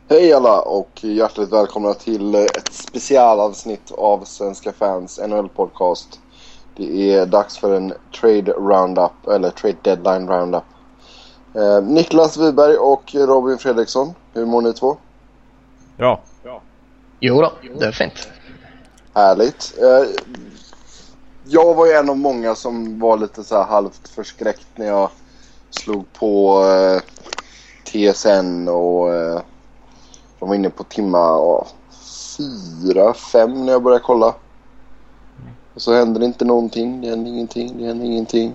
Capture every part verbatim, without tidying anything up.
Hej alla och hjärtligt välkomna till ett specialavsnitt av Svenska Fans N H L-podcast. Det är dags för en trade roundup, eller trade deadline roundup. Eh, Niklas Wiberg och Robin Fredriksson, hur mår ni två? Bra. Bra. Jo då, det är fint. Härligt. Eh, jag var ju en av många som var lite så här halvt förskräckt när jag slog på eh, T S N och... Eh, de var inne på timma åh, fyra, fem när jag började kolla. Och så hände det inte någonting. Det hände ingenting, det hände ingenting.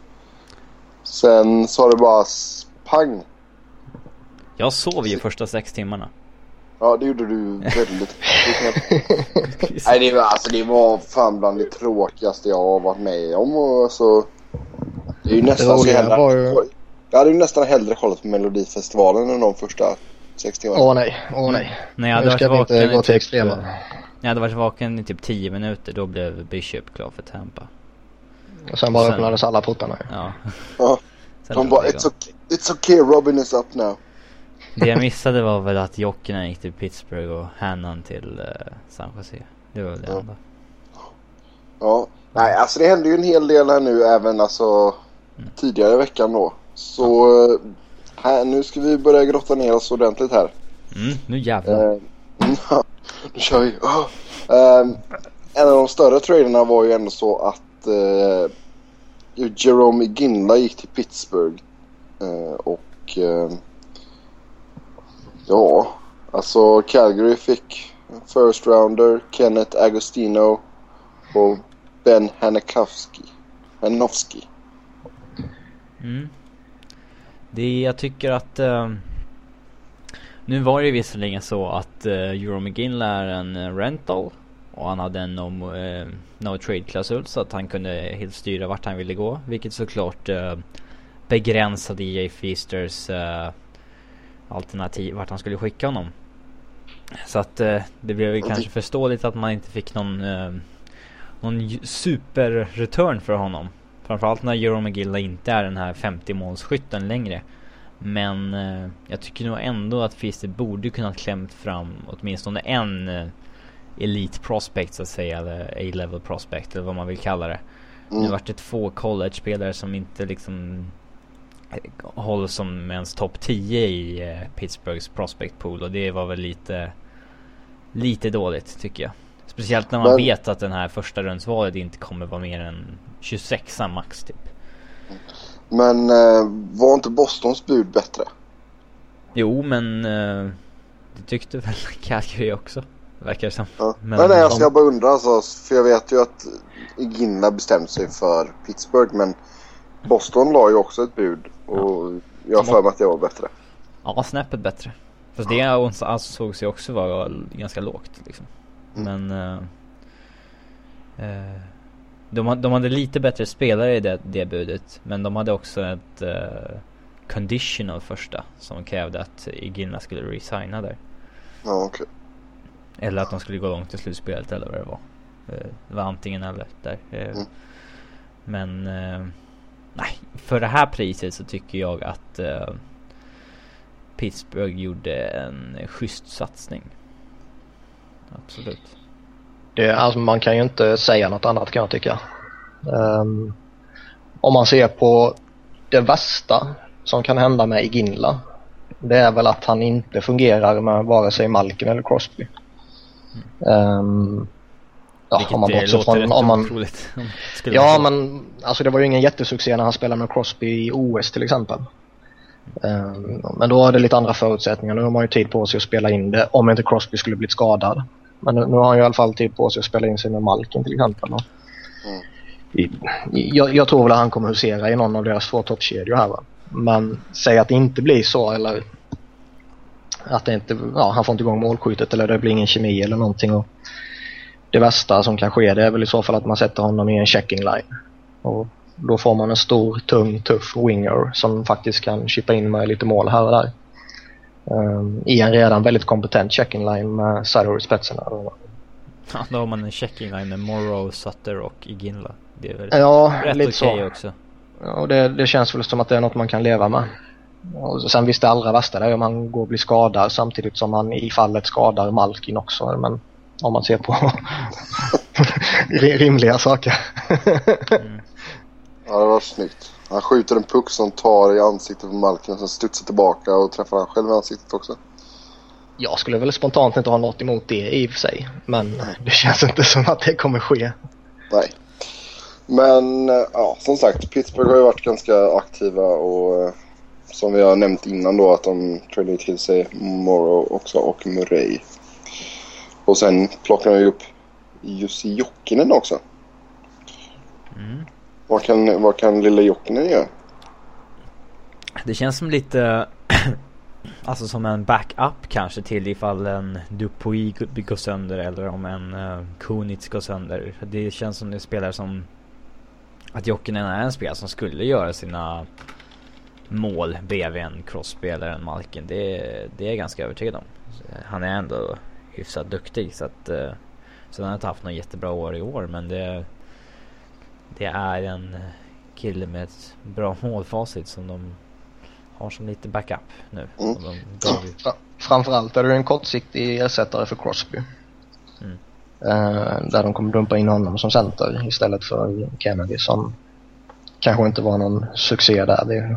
Sen sa det bara pang. Jag sov ju första sex timmarna. Ja, det gjorde du väldigt. Nej, det var, alltså, det var fan bland det tråkigaste jag har varit med om. Och, alltså, det är ju nästan så hellre, ju... Jag hade ju nästan hellre kollat på Melodifestivalen än de första sex timmar. Åh nej, åh nej. Nej, jag hade nu ska varit vi inte vaken gå till typ, extrema. När jag hade varit vaken i typ tio minuter, då blev Bishop klar för Tampa. Och sen bara öppnades alla portarna. Ja. Ja. De bara, it's okay, it's okay, Robin is up now. Det jag missade var väl att Jokinen gick till Pittsburgh och Hannan till uh, San Jose. Det var väl det ja. enda. Ja, nej, alltså det hände ju en hel del här nu även alltså mm. tidigare i veckan då. Så här, nu ska vi börja grotta ner oss ordentligt här. Mm, nu jävlar. Uh, nu kör vi. Oh. Uh, en av de större traderna var ju ändå så att uh, Jerome Iginla gick till Pittsburgh. Uh, och uh, ja, alltså Calgary fick first rounder Kenneth Agostino och Ben Hanakowski. Hanofsky. Mm. Det jag tycker att uh, nu var det visserligen så att uh, Jerome Iginla är en uh, rental och han hade en no, uh, no trade klausul så att han kunde helt styra vart han ville gå, vilket såklart uh, begränsade Jay Feasters uh, alternativ vart han skulle skicka honom. Så att uh, det blev mm. kanske förståeligt att man inte fick någon uh, någon super return för honom. Framförallt när Jerome Iginla inte är den här femtio-målsskytten längre. Men eh, jag tycker nog ändå att Feaster borde kunna klämt fram åtminstone en eh, elite prospect så att säga, eller A-level prospect eller vad man vill kalla det. Mm. Nu vart det två college-spelare som inte liksom eh, håller som ens topp tio i eh, Pittsburghs prospect pool, och det var väl lite lite dåligt tycker jag. Speciellt när man Men... vet att den här första rundsvalet inte kommer vara mer än tjugosex max typ. Men eh, var inte Bostons bud bättre? Jo, men eh, det tyckte väl Calgary också, verkar det som. Ja. Men, nej, nej, alltså, jag bara undrar alltså, för jag vet ju att Iginla bestämde sig för Pittsburgh, men Boston la ju också ett bud och ja. jag har för mig att det var bättre. Ja, snäppet bättre. Fast det alltså, såg sig också vara ganska lågt liksom. Mm. Men uh, uh, de, de hade lite bättre spelare i det, det budet, men de hade också ett uh, conditional första som krävde att Iginla skulle resigna där. Ja, okej. Okay. Eller att de skulle gå långt i slutspelet eller vad det var. Uh, det var antingen eller där. Uh, mm. Men uh, nej, för det här priset så tycker jag att uh, Pittsburgh gjorde en schysst satsning. Absolut. Det, alltså man kan ju inte säga något annat, kan jag tycka. Um, om man ser på det värsta som kan hända med Iginla, det är väl att han inte fungerar med vare sig Malkin eller Crosby. Mm. Um, ja, Vilket om man det låter från, om man, otroligt. ja, men alltså det var ju ingen jättesuccé när han spelade med Crosby i O S till exempel. Um, men då är det lite andra förutsättningar. Nu har man ju tid på sig att spela in det om inte Crosby skulle blivit skadad. Men nu, nu har han ju i alla fall tid på sig att spela in sig med Malkin till exempel. Mm. I, jag, jag tror väl att han kommer husera i någon av deras två toppkedjor här, va? Men säg att det inte blir så, eller att det inte, ja, han får inte igång målskyttet eller det blir ingen kemi eller någonting, och det värsta som kan ske, det är väl i så fall att man sätter honom i en checking line, och då får man en stor, tung, tuff winger som faktiskt kan chippa in med lite mål här och där. Um, i en redan väldigt kompetent checking line med Sutter i spetsen. Ja, då har man en checking line med Morrow, Sutter och Iginla. Det är väl ja, rätt lite okej så. Också. Ja, och det, det känns väl som att det är något man kan leva med. Och sen visst det allra värsta det är om han går och blir skadad samtidigt som han i fallet skadar Malkin också. Men om man ser på rimliga saker. Mm. Ja, det var snyggt. Han skjuter en puck som tar i ansiktet på Malkin och sen studsar tillbaka och träffar han själv i ansiktet också. Jag skulle väl spontant inte ha något emot det i och för sig. Men det känns inte som att det kommer ske. Nej. Men ja, som sagt, Pittsburgh har ju varit ganska aktiva och som vi har nämnt innan då att de tradade till sig Morrow också och Murray. Och sen plockar de ju upp Jussi Jokinen också. Mm. Vad kan, vad kan lilla Jokinen göra? Det känns som lite alltså som en backup kanske till ifall en Dupuis går sönder eller om en uh, Kunitz går sönder. Det känns som det spelar som att Jokinen är en spelare som skulle göra sina mål bredvid en Crosby eller en Malkin. Det, det är jag ganska övertygad om. Han är ändå hyfsat duktig så att uh, så han har inte haft några jättebra år i år, men det det är en kille med ett bra målfacit som de har som lite backup nu. Mm. De Fra, framförallt är det en kortsiktig ersättare för Crosby. Mm. Uh, där de kommer dumpa in honom som center istället för Kennedy som kanske inte var någon succé där. Det,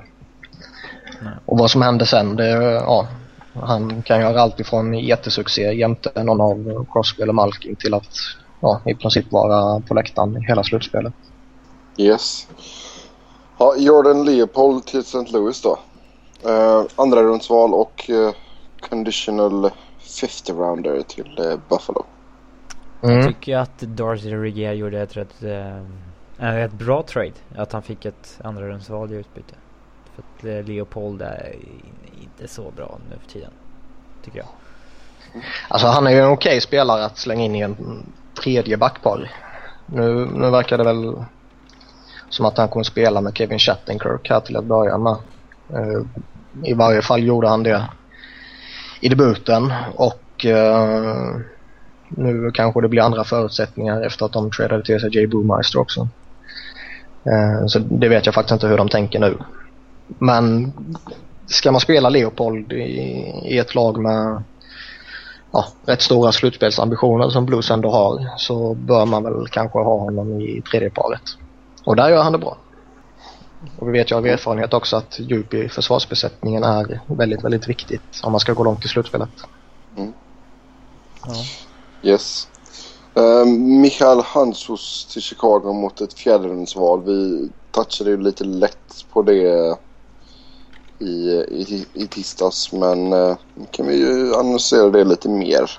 och vad som hände sen, det, ja, han kan göra allt ifrån jättesuccé jämte någon av Crosby eller Malkin till att ja, i princip vara på läktaren hela slutspelet. Yes. Ja, Jordan Leopold till Saint Louis då. Uh, andra rundsval och uh, conditional fifty rounder till uh, Buffalo. Jag Mm. tycker att Darcy Regier gjorde ett rätt, äh, ett bra trade. Att han fick ett andra rundsval i utbyte. För att äh, Leopold är inte så bra nu för tiden, tycker jag. Alltså han är ju en okej spelare att slänga in i en tredje backpar. Nu, nu verkar det väl som att han kommer spela med Kevin Shattenkirk här till att börja med. Uh, I varje fall gjorde han det i debuten och uh, nu kanske det blir andra förutsättningar efter att de tradade till sig Jay Boomeister också. Uh, så det vet jag faktiskt inte hur de tänker nu. Men ska man spela Leopold i, i ett lag med ja, rätt stora slutspelsambitioner som Blues ändå har, så bör man väl kanske ha honom i tredje paret. Och där gör han det bra. Och vi vet ju av erfarenhet också att djup i försvarsbesättningen är väldigt, väldigt viktigt om man ska gå långt i slutspelet. Mm. Ja. Yes. Uh, Michael Hansos till Chicago mot ett fjärderumsval. Vi touchade ju lite lätt på det i, i, i tisdags, men uh, kan vi ju analysera det lite mer.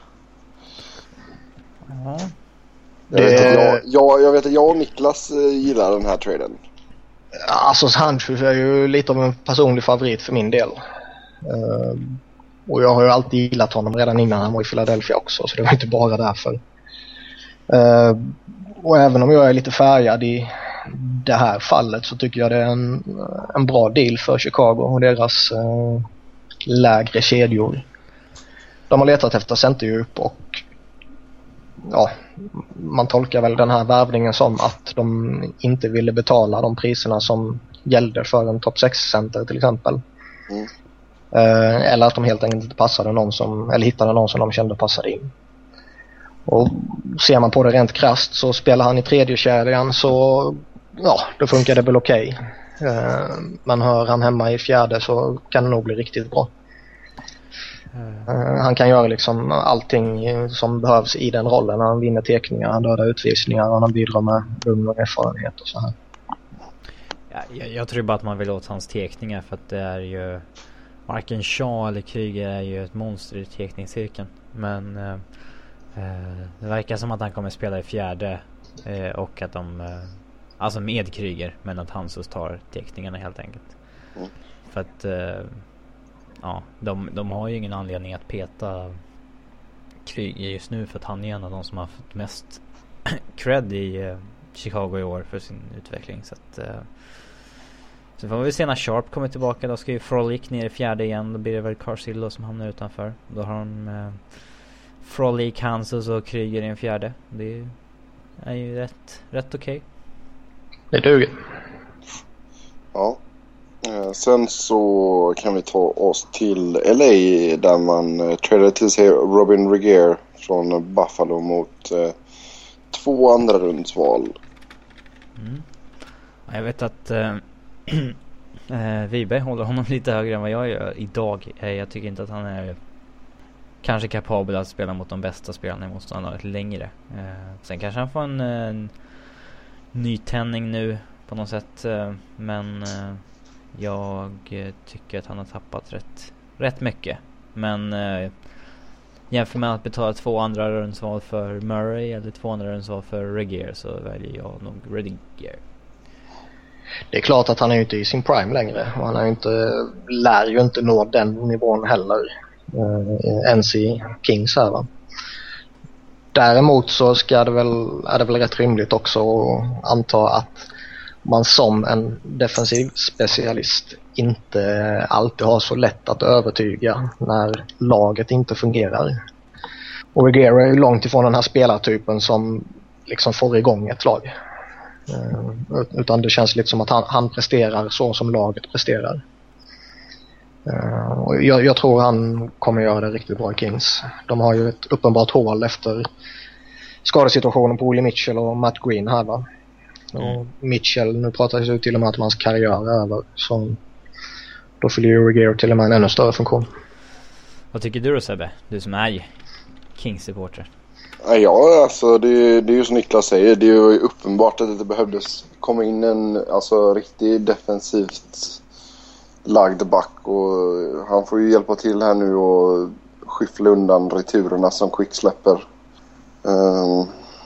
Ja. Jag vet, att jag, jag, jag vet att jag och Niklas uh, gillar den här traden. Alltså Hansos är ju lite av en personlig favorit för min del. Uh, och jag har ju alltid gillat honom redan innan han var i Philadelphia också, så det var inte bara därför. Uh, och även om jag är lite färgad i det här fallet så tycker jag det är en, en bra deal för Chicago och deras uh, lägre kedjor. De har letat efter centerdjup och ja, man tolkar väl den här värvningen som att de inte ville betala de priserna som gällde för en topp sex-center till exempel. Mm. Uh, eller att de helt enkelt inte passade någon som, eller hittade någon som de kände passade in. Och ser man på det rent krasst så spelar han i tredje kedjan så ja, då funkar det väl okej. Okay. Uh, men hör han hemma i fjärde så kan det nog bli riktigt bra. Uh, han kan göra liksom allting som behövs i den rollen. Han vinner tekningar, han dödar utvisningar och han bidrar med lugn och erfarenhet och så här. Ja, jag, jag tror bara att man vill åt hans tekningar för att det är ju varken Shaw eller Kryger är ju ett monster i tekningscirkeln. Men uh, uh, det verkar som att han kommer spela i fjärde uh, och att de uh, alltså med Kryger, men att Hansos tar tekningarna helt enkelt. Mm. För att uh, ja, de, de har ju ingen anledning att peta Kryger just nu för att han är en av de som har fått mest cred i uh, Chicago i år för sin utveckling. Så att uh, så får vi se när Sharp kommer tillbaka. Då ska ju Frolic ner i fjärde igen. Då blir det väl Carcillo som hamnar utanför. Då har de uh, Frolic, Hansos och Kryger i en fjärde. Det är ju rätt, rätt okej. Okay. Det duger. Ja. Eh, sen så kan vi ta oss till L A där man eh, tradade till sig Robin Regehr från Buffalo mot eh, två andra rundsval. Mm. Jag vet att äh, äh, Wiberg håller honom lite högre än vad jag gör idag. Äh, jag tycker inte att han är kanske kapabel att spela mot de bästa spelarna i motståndarlaget längre. Äh, sen kanske han får en, en nytändning nu på något sätt. Äh, men äh, jag tycker att han har tappat rätt, rätt mycket. Men äh, jämför med att betala två andra rundsval för Murray eller två andra rundsval för Regehr så väljer jag nog Regehr. Det är klart att han är ju inte i sin prime längre och han är ju inte, lär ju inte nå den nivån heller eh, ens i Kings här, va? Däremot så ska det väl, är det väl rätt rimligt också att anta att man som en defensiv specialist inte alltid har så lätt att övertyga när laget inte fungerar. Och Regehr är ju långt ifrån den här spelartypen som liksom får igång ett lag. Uh, utan det känns lite som att han, han presterar så som laget presterar. Uh, och jag, jag tror han kommer göra det riktigt bra i Kings. De har ju ett uppenbart hål efter skadesituationen på Willie Mitchell och Matt Green här, va? Mm. Och Mitchell, nu pratar det till och med att hans karriär är över, så då fyller ju Regehr till och med en ännu större funktion. Vad tycker du då, Sebbe? Du som är Kings-supporter. Ja, alltså det, det är ju som Niklas säger, det är ju uppenbart att det behövdes komma in en alltså riktigt defensivt lagd back, och han får ju hjälpa till här nu och skyffla undan returerna som Quick släpper. Um,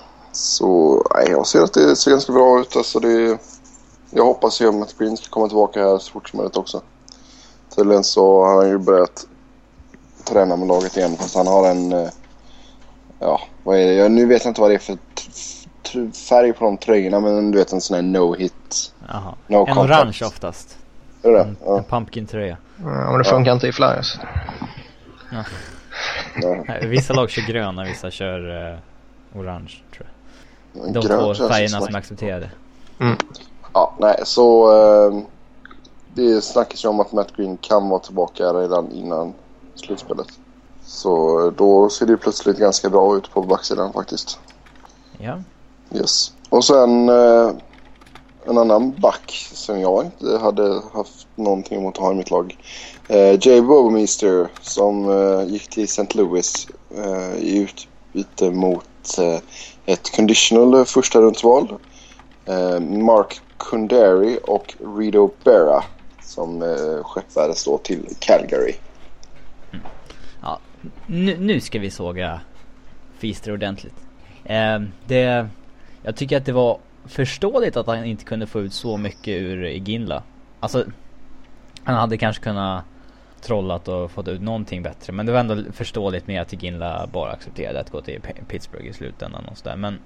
så nej, jag ser att det ser ganska bra ut. Alltså det, jag hoppas ju att Matt Green ska komma tillbaka här så fort som möjligt också. Tydligen så har han ju börjat träna med laget igen, fast han har en ja, vad är det? Jag, nu vet jag inte vad det är för t- t- färg på de tröjorna, men du vet en sån här no-hit. Jaha. No en contact. orange oftast. Är det? En, ja. en pumpkin-tröja. Ja, men det funkar ja. inte i Flyers. Ja. Ja. Vissa lag kör gröna, vissa kör uh, orange, tror jag. De Grön, två färgerna som är accepterade. Mm. Ja, nej, så uh, det snackas ju om att Matt Green kan vara tillbaka redan innan slutspelet. Så då ser det plötsligt ganska bra ut på backsidan faktiskt. Ja. Yes. Och sen uh, en annan back som jag inte hade haft någonting emot att ha i mitt lag. Uh, Jay Bouwmeester som uh, gick till Saint Louis uh, i utbyte mot uh, ett conditional första rundsval. Uh, Mark Kundary och Rido Berra som uh, skeppades då till Calgary. Mm. Ja, nu, nu ska vi såga Feaster ordentligt. Uh, det, jag tycker att det var förståeligt att han inte kunde få ut så mycket ur Iginla. Alltså, han hade kanske kunnat trollat och fått ut någonting bättre. Men det var ändå förståeligt med att Iginla bara accepterade att gå till Pittsburgh i slutändan och så där. Men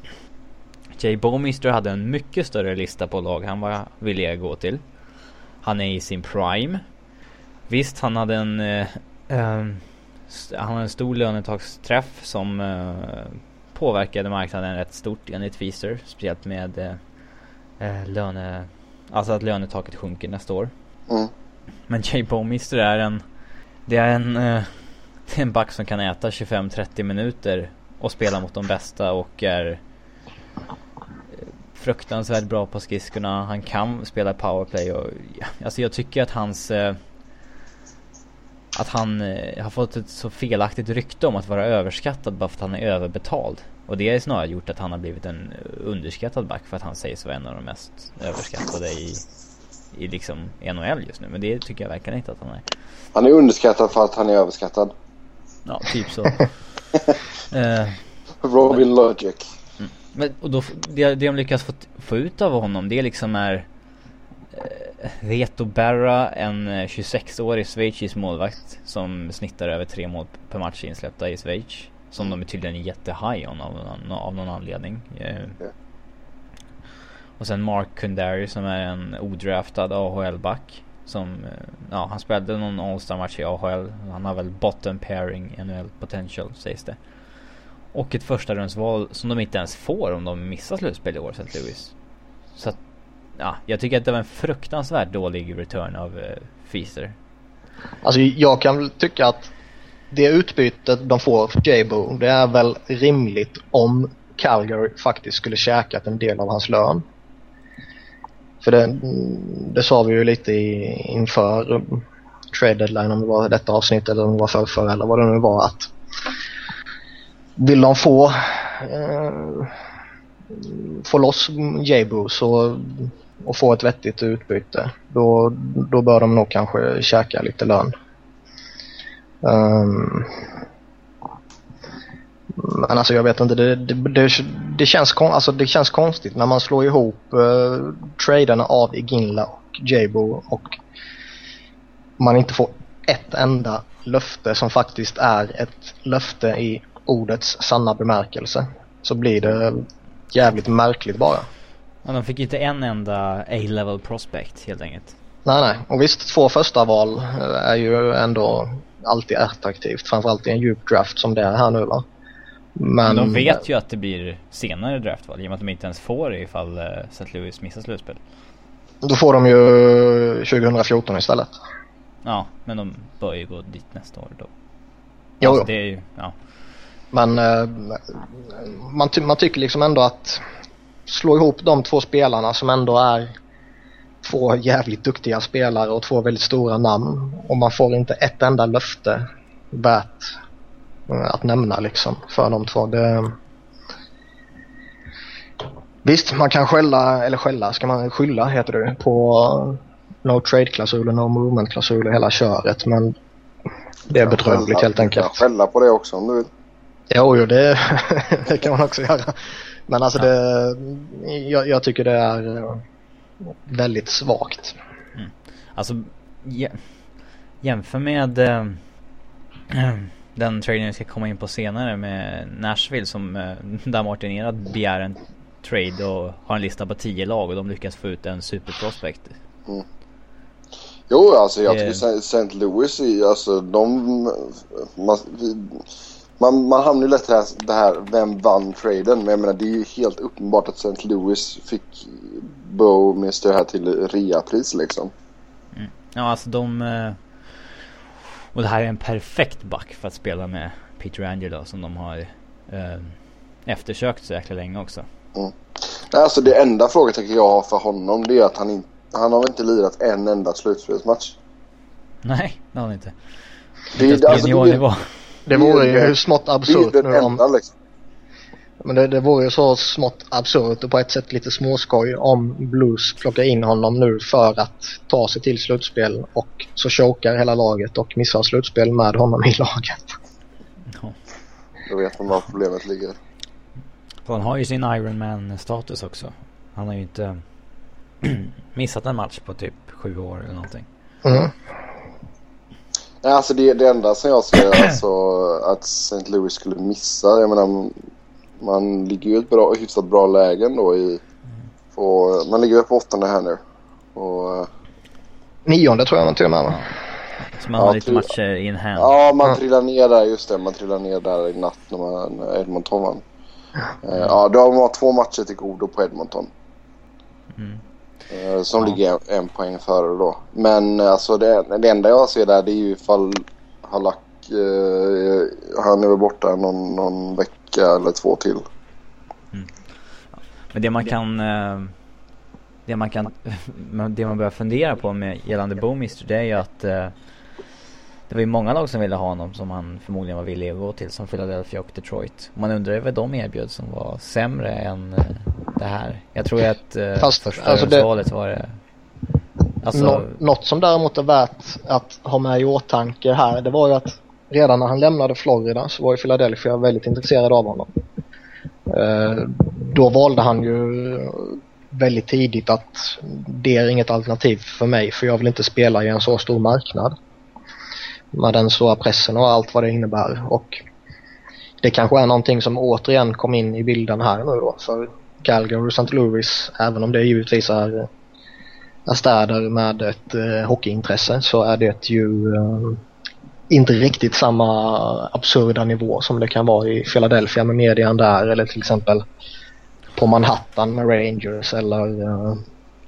Jay Bouwmeester hade en mycket större lista på lag han var villig att gå till. Han är i sin prime. Visst, han hade en eh, eh, han hade en stor lönetagsträff som eh, påverkade marknaden rätt stort enligt Feaster, speciellt med eh, löne, alltså att lönetaket sjunker nästa år. Mm. Men Jay Bouwmeester är en det är en eh, det är en back som kan äta tjugofem till trettio minuter och spela mot de bästa och är fruktansvärt bra på skridskorna. Han kan spela powerplay och ja, alltså jag tycker att hans eh, att han eh, har fått ett så felaktigt rykte om att vara överskattad bara för att han är överbetald. Och det har snarare gjort att han har blivit en underskattad back för att han sägs vara en av de mest överskattade i, i liksom N H L just nu. Men det tycker jag verkligen inte att han är. Han är underskattad för att han är överskattad. Ja, typ så. eh, Robin men, Logic. Mm. Men, och då, det, det de lyckas få, få ut av honom, det liksom är eh, Reto Berra, en tjugosex-årig schweizisk målvakt som snittar över tre mål per match insläppta i Schweiz. Som mm. de är tydligen jättehigh on av, av, av någon anledning. Eh, yeah. Och sen Mark Kundary som är en odraftad A H L-back. Som, ja, han spelade någon All-Star-match i A H L. Han har väl bottom pairing N H L potential, sägs det. Och ett första rundsval som de inte ens får om de missar slutspel i år, Saint Louis. Så att, ja, jag tycker att det var en fruktansvärt dålig return av uh, Feaster. Alltså jag kan väl tycka att det utbytet de får för J-Bo, det är väl rimligt om Calgary faktiskt skulle käkat en del av hans lön. För det, det sa vi ju lite i, inför trade deadline, om det var detta avsnitt eller om det var för, för eller vad det nu var, att vill de få eh, få loss J-Bo så, och få ett vettigt utbyte, då, då bör de nog kanske käka lite lön. Um, men alltså jag vet inte, det, det, det, det, känns, alltså det känns konstigt när man slår ihop uh, traderna av Iginla och J-Bo och man inte får ett enda löfte som faktiskt är ett löfte i ordets sanna bemärkelse, så blir det jävligt märkligt bara. Ja, de fick inte en enda A-level prospect helt enkelt. Nej, nej. Och visst, två första val är ju ändå alltid attraktivt. Framförallt i en djup draft som det är här nu, va? Men, Men de vet ju att det blir senare draftval i och med att de inte ens får det ifall uh, Saint Louis missar slutspel. Då får de ju tjugohundrafjorton istället. Ja, men de bör ju gå dit nästa år då. Jo, alltså, jo. Det är ju, ja. Men uh, man, ty- man tycker liksom ändå att slå ihop de två spelarna som ändå är två jävligt duktiga spelare och två väldigt stora namn, och man får inte ett enda löfte värt att nämna liksom för de två. Det... Visst, man kan skälla, eller skälla, ska man skylla heter det, på no trade-klausuler, no movement-klausuler, hela köret, men det är bedrövligt skälla, helt enkelt. Skälla på det också om du vill. Jo, jo det, det kan man också göra. Men alltså ja. det, jag, jag tycker det är väldigt svagt. Mm. Alltså jämför med äh, den traden vi ska komma in på senare med Nashville, som äh, där Martin Ehrad begär en trade och har en lista på tio lag och de lyckas få ut en superprospect. Mm. Jo, alltså jag det... tycker Saint Louis i, alltså de man, man, man hamnar ju lätt här, det här vem vann traden, men jag menar det är ju helt uppenbart att Saint Louis fick Bouwmeester här till reapris liksom. Mm. Ja, alltså de och det här är en perfekt back för att spela med Peter Angelo som de har eh, eftersökt så jäkla länge också. Mm. Alltså det enda frågetecken jag har för honom, det är att han, in, han har inte lirat en enda slutspelsmatch. Nej, det har han inte. Det, det, alltså, det, det, det vore ju smått absurt det är enda, liksom. Men det, det vore ju så smått absurt och på ett sätt lite småskoj om Blues plockar in honom nu för att ta sig till slutspel, och så chokar hela laget och missar slutspel med honom i laget. Ja. Då vet man var problemet ligger. Han har ju sin Ironman-status också. Han har ju inte missat en match på typ sju år eller någonting. Mm. Ja, alltså det, det enda som jag ser alltså att Saint Louis skulle missa, jag menar man ligger ju i ett bra, hyfsat bra lägen då i och man ligger på åttonde här nu och nionde tror jag man till och med. Ja. Så man ja, har lite matcher in hand. Ja, man trillar ner där, just det, man trillar ner där i natt när man Edmonton vann. Mm. Ja, då har man två matcher till godo på Edmonton. Mm. Som ja. ligger en, en poäng före då. Men alltså det, det enda jag ser där, det är ju ifall Halak eh, han är väl borta någon, någon vecka eller två till. Mm. Men det man kan eh, det man kan det man börjar fundera på med gällande Bouwmeester, det är ju att eh, det var ju många lag som ville ha honom som han förmodligen var villig att gå till, som Philadelphia och Detroit. Man undrar ju vad de erbjöd som var sämre än eh, det här. Jag tror att eh, Fast, första alltså det, valet var det alltså, nå, något som däremot är värt att ha med i åtanke här, det var ju att redan när han lämnade Florida så var ju Philadelphia väldigt intresserad av honom. Eh, då valde han ju väldigt tidigt att det är inget alternativ för mig, för jag vill inte spela i en så stor marknad med den stora pressen och allt vad det innebär. Och det kanske är någonting som återigen kom in i bilden här nu då, för Calgary och Saint Louis, även om det givetvis är, är städer med ett eh, hockeyintresse, så är det ju eh, inte riktigt samma absurda nivå som det kan vara i Philadelphia med median där, eller till exempel på Manhattan med Rangers, eller uh,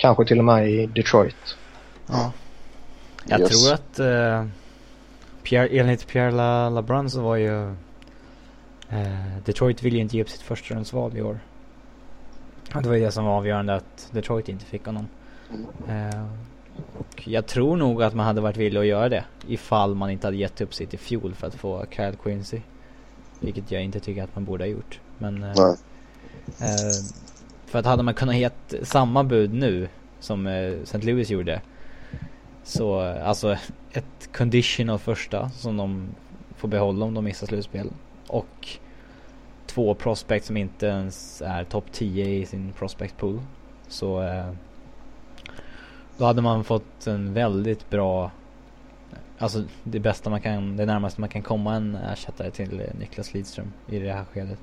kanske till och med i Detroit. Ja. Jag Yes. tror att uh, Pierre, enligt Pierre La, LeBrun så var ju uh, Detroit ville ju inte ge upp sitt första rundsval i år. Det var ju det som var avgörande, att Detroit inte fick honom. Uh, och jag tror nog att man hade varit villig att göra det ifall man inte hade gett upp sitt i fjol för att få Kyle Quincy. Vilket jag inte tycker att man borde ha gjort. Men uh, uh, för att hade man kunnat gett samma bud nu som uh, Saint Louis gjorde, så alltså ett conditional första som de får behålla om de missar slutspel, och två prospects som inte ens är topp tio i sin prospect pool, så eh, då hade man fått en väldigt bra, alltså det bästa man kan, det närmaste man kan komma en ersättare till Niklas Lidström i det här skedet.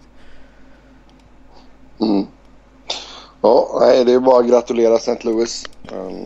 Mm. Ja, nej, det är bara att gratulera Saint Louis. Um,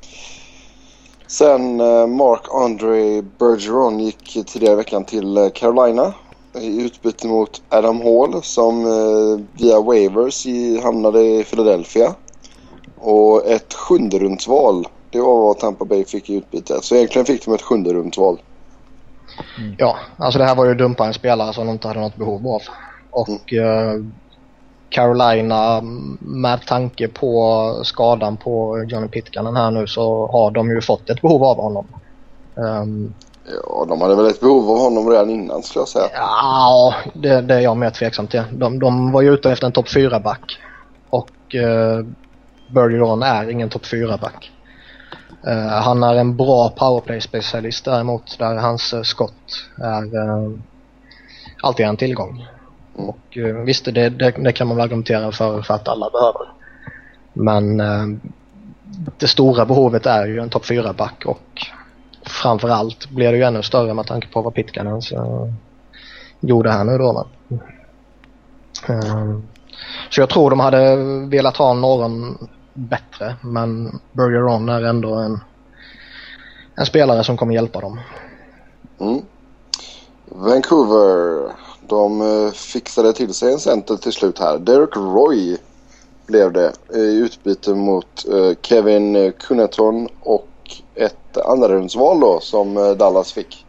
sen uh, Marc-Andre Bergeron gick tidigare i veckan till uh, Carolina i utbyte mot Adam Hall som uh, via waivers i, hamnade i Philadelphia. Och ett sjunde rundsval, det var vad Tampa Bay fick i utbyte. Så egentligen fick de ett sjunde rundsval. Mm. Ja, alltså det här var ju dumpa en spelare som de inte hade något behov av. Och mm. uh, Carolina, med tanke på skadan på Johnny Pitkanen här nu, så har de ju fått ett behov av honom. Um, ja, de hade väl ett behov av honom redan innan, skulle jag säga. Ja, det, det är jag mer tveksam till. De, de var ju ute efter en topp fyra back. Och uh, Bergeron är ingen topp fyra back. Uh, han är en bra powerplay-specialist däremot, där hans uh, skott är uh, alltid en tillgång. Och uh, visst, det, det, det kan man väl argumentera för, för att alla behöver. Men uh, det stora behovet är ju en topp fyra back, och framförallt blir det ju ännu större med tanke på vad Pitkanen uh, gjorde här nu då. Uh, så jag tror de hade velat ha någon bättre, men Bergeron är ändå en, en spelare som kommer hjälpa dem. Mm. Vancouver, de fixade till sig en center till slut här. Derek Roy blev det i utbyte mot Kevin Kuneton och ett andra rundsval då som Dallas fick.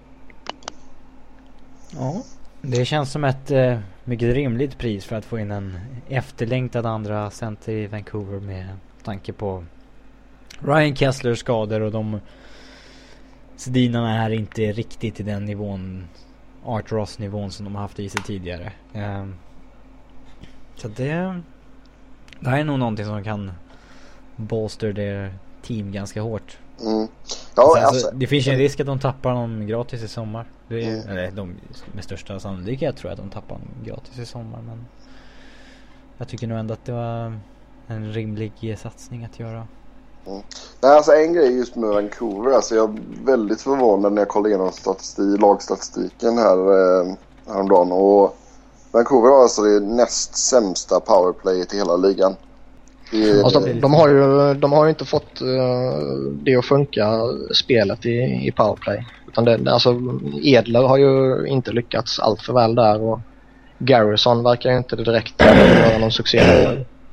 Ja, det känns som ett eh, mycket rimligt pris för att få in en efterlängtad andra center i Vancouver, med tanke på Ryan Kesslers skador, och de Sedinarna är inte riktigt i den nivån, Art Ross-nivån, som de har haft i sig tidigare. Eh, så det, det här är nog någonting som kan bolster their team ganska hårt. Mm. Ja, alltså, alltså, det finns ju en risk att de tappar någon gratis i sommar. Det är, mm. Eller de, med största sannolikhet tror jag att de tappar någon gratis i sommar. Men jag tycker nog ändå att det var en rimlig satsning att göra. Mm. Nej, alltså en grej just med Vancouver, alltså jag är väldigt förvånad när jag kollade igenom statistik, lagstatistiken här eh, häromdagen. Och Vancouver har alltså det näst sämsta powerplayet i hela ligan. Det, alltså, de, de, har ju, de har ju inte fått uh, det att funka, spelet i, i powerplay. Utan det, alltså, Edler har ju inte lyckats allt för väl där, och Garrison verkar ju inte direkt göra någon succé.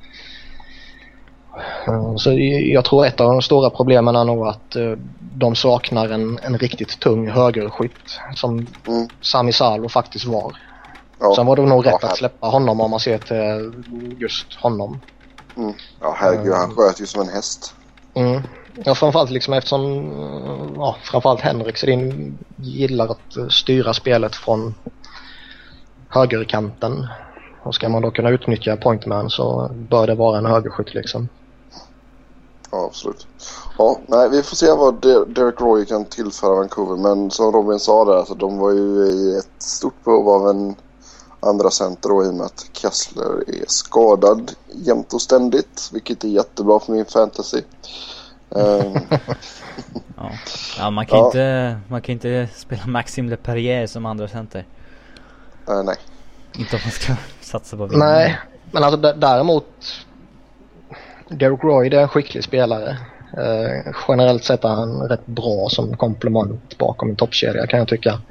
Uh, så jag tror ett av de stora problemen är nog att uh, de saknar en, en riktigt tung högerskytt som mm. Sami Salo faktiskt var. Ja. Sen var det nog rätt ja, att släppa honom om man ser till just honom. Mm. Ja, herregud, han sköt ju som en häst. Mm. Ja, framförallt liksom eftersom ja, framförallt Henrik Sedin gillar att styra spelet från högerkanten. Och ska man då kunna utnyttja pointman, så bör det vara en högerskytt liksom. Ja, absolut. Ja, nej, vi får se vad Derek Roy kan tillföra Vancouver. Men som Robin sa där, alltså, de var ju i ett stort behov av en andra center då, i och med att Kessler är skadad jämt och ständigt, vilket är jättebra för min fantasy. um. ja. ja, man kan ja. inte man kan inte spela Maxime Leperrier som andra center. Uh, nej. Inte om man ska satsa på vinna. Nej, men alltså d- däremot Derek Roy, det är en skicklig spelare. Uh, generellt sett är han rätt bra som komplement bakom en toppkedja, kan jag tycka.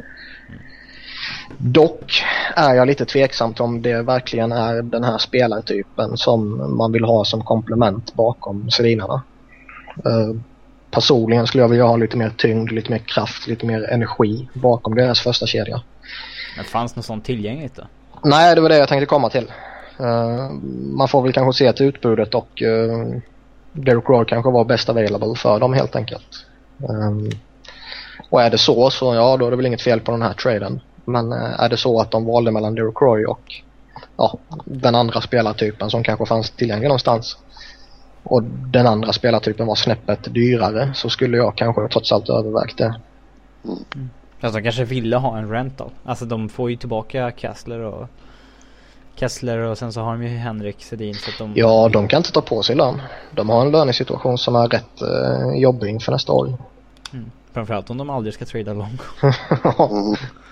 Dock är jag lite tveksam till om det verkligen är den här spelartypen som man vill ha som komplement bakom Sedinarna. Uh, personligen skulle jag vilja ha lite mer tyngd, lite mer kraft, lite mer energi bakom deras första kedja. Men fanns något sånt tillgängligt då? Nej, det var det jag tänkte komma till. Uh, man får väl kanske se till utbudet och uh, Derek Roy kanske var best available för dem helt enkelt. Um, och är det så, så ja, då är det väl inget fel på den här traden. Men uh, är det så att de valde mellan Derek Roy och ja, den andra spelartypen som kanske fanns tillgänglig någonstans, och den andra spelartypen var snäppet dyrare, så skulle jag kanske trots allt övervägt det. Mm. Alltså de kanske ville ha en rental. Alltså de får ju tillbaka Kessler och Kessler och sen så har de ju Henrik Sedin, så att de... Ja, de kan inte ta på sig lön. De har en lönesituation som är rätt eh, jobbig inför nästa år. Mm. Framförallt om de aldrig ska trada långt. mm.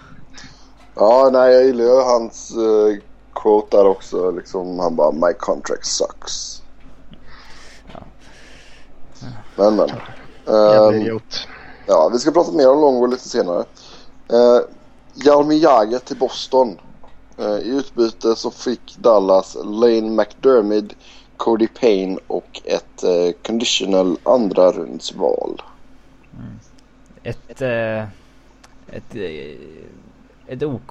Ja, nej, jag gillar ju hans uh, quote där också. Liksom, han bara, my contract sucks. Ja. Ja. Men, men. Jävla Um, idiot. Ja, vi ska prata mer om Longo lite senare. Uh, Jaromir Jagr till Boston. Uh, I utbyte så fick Dallas Lane McDermott, Cody Payne och ett uh, conditional andra rundsval. Mm. Ett uh, ett uh, ett OK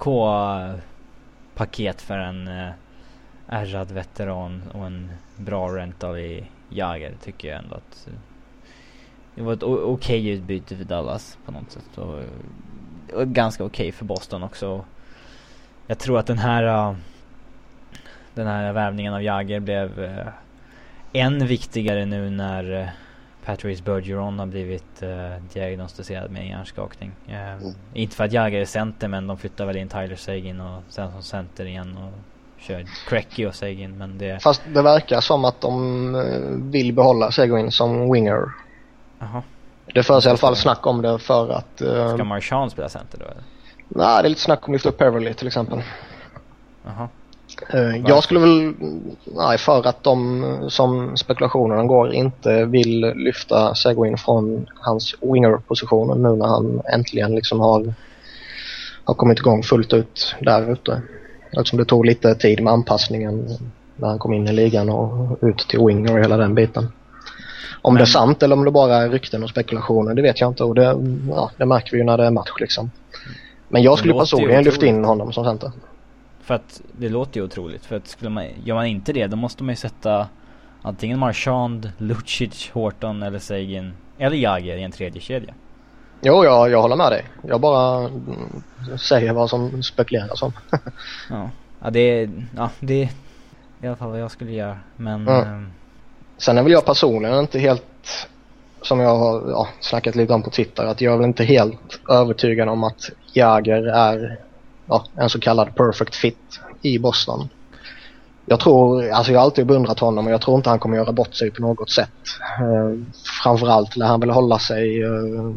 paket för en uh, ärrad veteran och en bra rental i Jagr, tycker jag ändå att uh, det var ett o- okej okay utbyte för Dallas på något sätt, och, och ganska okej okay för Boston också. Jag tror att den här uh, den här värvningen av Jagr blev uh, än viktigare nu när uh, Patrice Bergeron har blivit uh, diagnostiserad med hjärnskakning. Uh, mm. Inte för att Jagr är center, men de flyttar väl in Tyler Seguin och sen som center igen och kör Cracky och Seguin, men det... Fast det verkar som att de vill behålla Seguin som winger. Aha. Det förs i alla fall snack om det för att... Uh, Ska Marchand spela center då? Eller? Nej, det är lite snack om att lyfta upp Beverly till exempel. Aha. Uh, jag skulle väl... Nej, för att de som spekulationerna går inte vill lyfta Seguin från hans winger-position nu när han äntligen liksom har, har kommit igång fullt ut där ute. Eftersom det tog lite tid med anpassningen när han kom in i ligan och ut till winger och hela den biten. Om Men... det är sant eller om det bara är rykten och spekulationer, det vet jag inte. Och det, ja, det märker vi ju när det är match liksom. Men jag skulle personligen lyfta in honom som center. För att det låter ju otroligt. För att skulle man, gör man inte det, då måste man ju sätta antingen Marchand, Lucic, Horton eller Seguin eller Jagr i en tredje kedja. Jo, jag, jag håller med dig. Jag bara säger vad som spekuleras om. ja. Ja, det är, ja, det är i alla fall vad jag skulle göra. Men... Mm. Ähm... Sen är väl jag personligen inte helt, som jag har ja, snackat lite om på Twitter, att jag är väl inte helt övertygad om att Jagr är ja, en så kallad perfect fit i Boston. Jag tror, alltså jag har alltid beundrat honom och jag tror inte han kommer göra bort sig på något sätt. Uh, framförallt lär han väl hålla sig uh,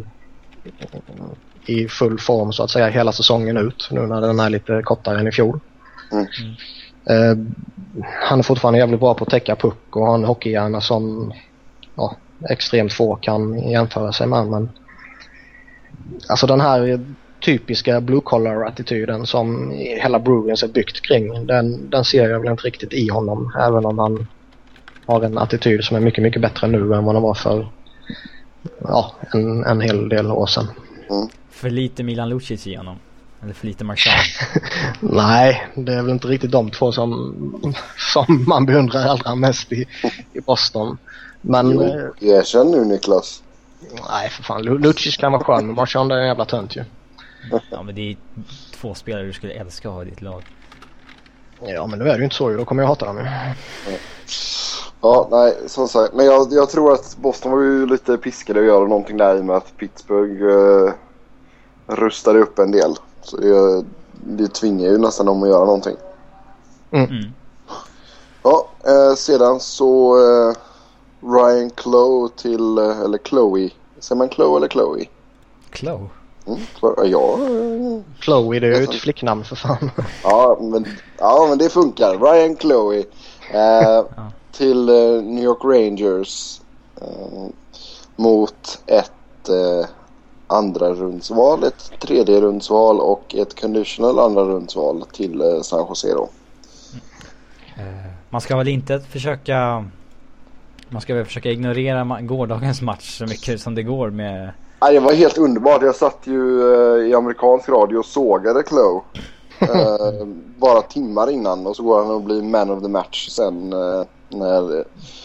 i full form så att säga hela säsongen ut, nu när den är lite kortare än i fjol. Mm. Uh, han är fortfarande jävligt bra på att täcka puck och har en hockeyhjärna som ja, extremt få kan jämföra sig med. Men alltså den här typiska blue collar attityden som hela Bruins är byggt kring, den, den ser jag väl inte riktigt i honom, även om han har en attityd som är mycket mycket bättre nu än vad den var för ja, en, en hel del år sedan. Mm. För lite Milan Lucic i honom. Eller för lite Marchand. Nej, det är väl inte riktigt de två som, som man beundrar allra mest i, i Boston. Men jo, erkänn nu Niklas. Nej för fan, Lucic kan vara skön, men Marchand är en jävla tönt ju. Ja, men det är två spelare du skulle älska att ha i ditt lag. Ja, men nu är det ju inte så, då kommer jag hata dem ju. Ja, nej, som sagt. Men jag, jag tror att Boston var ju lite piskade att göra någonting där i och med att Pittsburgh eh, rustade upp en del. Så det, det tvingar ju nästan dem att göra någonting. Mm. Mm. Ja, eh, sedan så eh, Ryan Chloe till, eh, eller Chloe. Säger man Chloe eller Chloe? Chloe? Mm, Chloe, ja. Chloe, det är ju ett flicknamn för fan. Ja, men, ja, men det funkar. Ryan Chloe eh, ja. till eh, New York Rangers eh, mot ett eh, andra rundsval, ett tredje rundsval och ett conditional andra rundsval till eh, San Jose då. Mm. Uh, man ska väl inte försöka Man ska väl försöka ignorera ma- gårdagens match så mycket som det går med... Nej, det var helt underbart. Jag satt ju uh, i amerikansk radio och sågade Chloe. uh, bara timmar innan. Och så går han och blir man of the match sen uh, när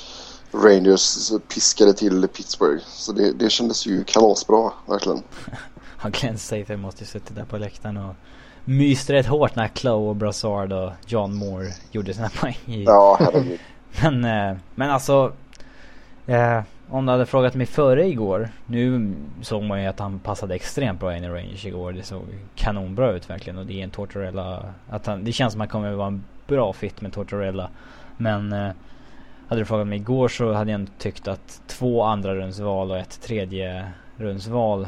Rangers piskade till Pittsburgh. Så det, det kändes ju kalasbra, verkligen. Han Glenn Sather måste ju sitta där på läktaren och myste rätt hårt när Chloe och Brassard och John Moore gjorde sina poäng i... Ja, herregud. men, eh, men alltså eh, om du hade frågat mig före igår, nu såg man ju att han passade extremt bra in i Rangers igår. Det såg kanonbra ut verkligen, och det är en Tortorella att han, det känns som att han kommer att vara en bra fit med Tortorella. Men eh, hade du frågat mig igår så hade jag tyckt att två andra rundsval och ett tredje rundsval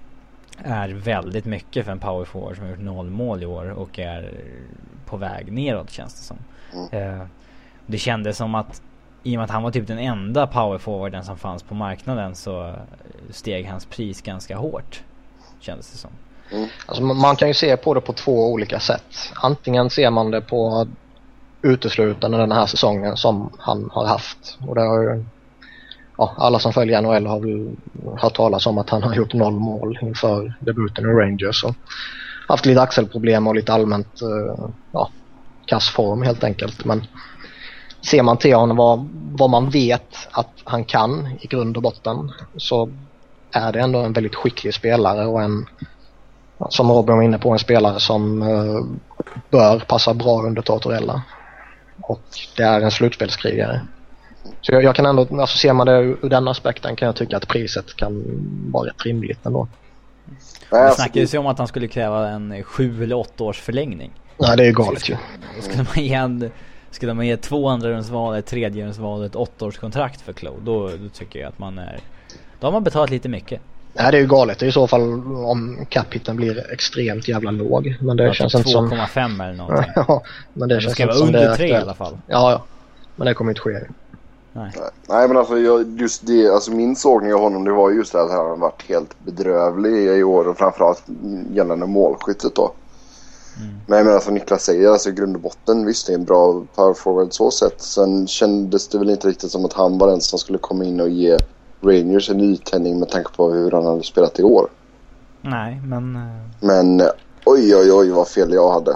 är väldigt mycket för en power forward som har gjort noll mål i år och är på väg neråt, känns det som. Mm. Eh, det kändes som att i och med att han var typ den enda power forwarden som fanns på marknaden så steg hans pris ganska hårt, kändes det som. Mm. Alltså man kan ju se på det på två olika sätt. Antingen ser man det på uteslutande den här säsongen som han har haft, och det har ju, ja, alla som följer N H L har väl hört talas om att han har gjort noll mål inför debuten i Rangers och haft lite axelproblem och lite allmänt ja, kassform helt enkelt. Men ser man till honom vad, vad man vet att han kan i grund och botten, så är det ändå en väldigt skicklig spelare och en, som Robin var inne på, en spelare som uh, bör passa bra under Tortorella, och det är en slutspelskrigare. Så jag, jag kan ändå, alltså ser man det ur den aspekten, kan jag tycka att priset kan vara rätt rimligt ändå. Det snackades ju om att han skulle kräva en sju eller åtta års förlängning. Nej, det är ju galet ju. Då skulle man ge en, skulle man ge två andra rundsval, ett tredje rundsval, ett åtta års kontrakt för Chloe, då, då tycker jag att man är, då har man betalat lite mycket. Nej, det är ju galet. Det är i så fall om capiten blir extremt jävla låg. Men det känns inte som... två komma fem eller någonting. Ja, men det, det känns ska vara under tre i alla fall. Ja, ja. Men det kommer inte ske. Nej. Nej, men alltså jag, just det, alltså min sågning av honom, det var just det att han har varit helt bedrövlig i år, och framförallt gällande målskyttet då. Mm. Men jag menar, som Niklas säger, alltså i grund och botten, visst, det är en bra power forward så sett. Sen kändes det väl inte riktigt som att han var den som skulle komma in och ge Rangers en nytändning med tanke på hur han hade spelat i år. Nej, men... Men oj, oj, oj, vad fel jag hade.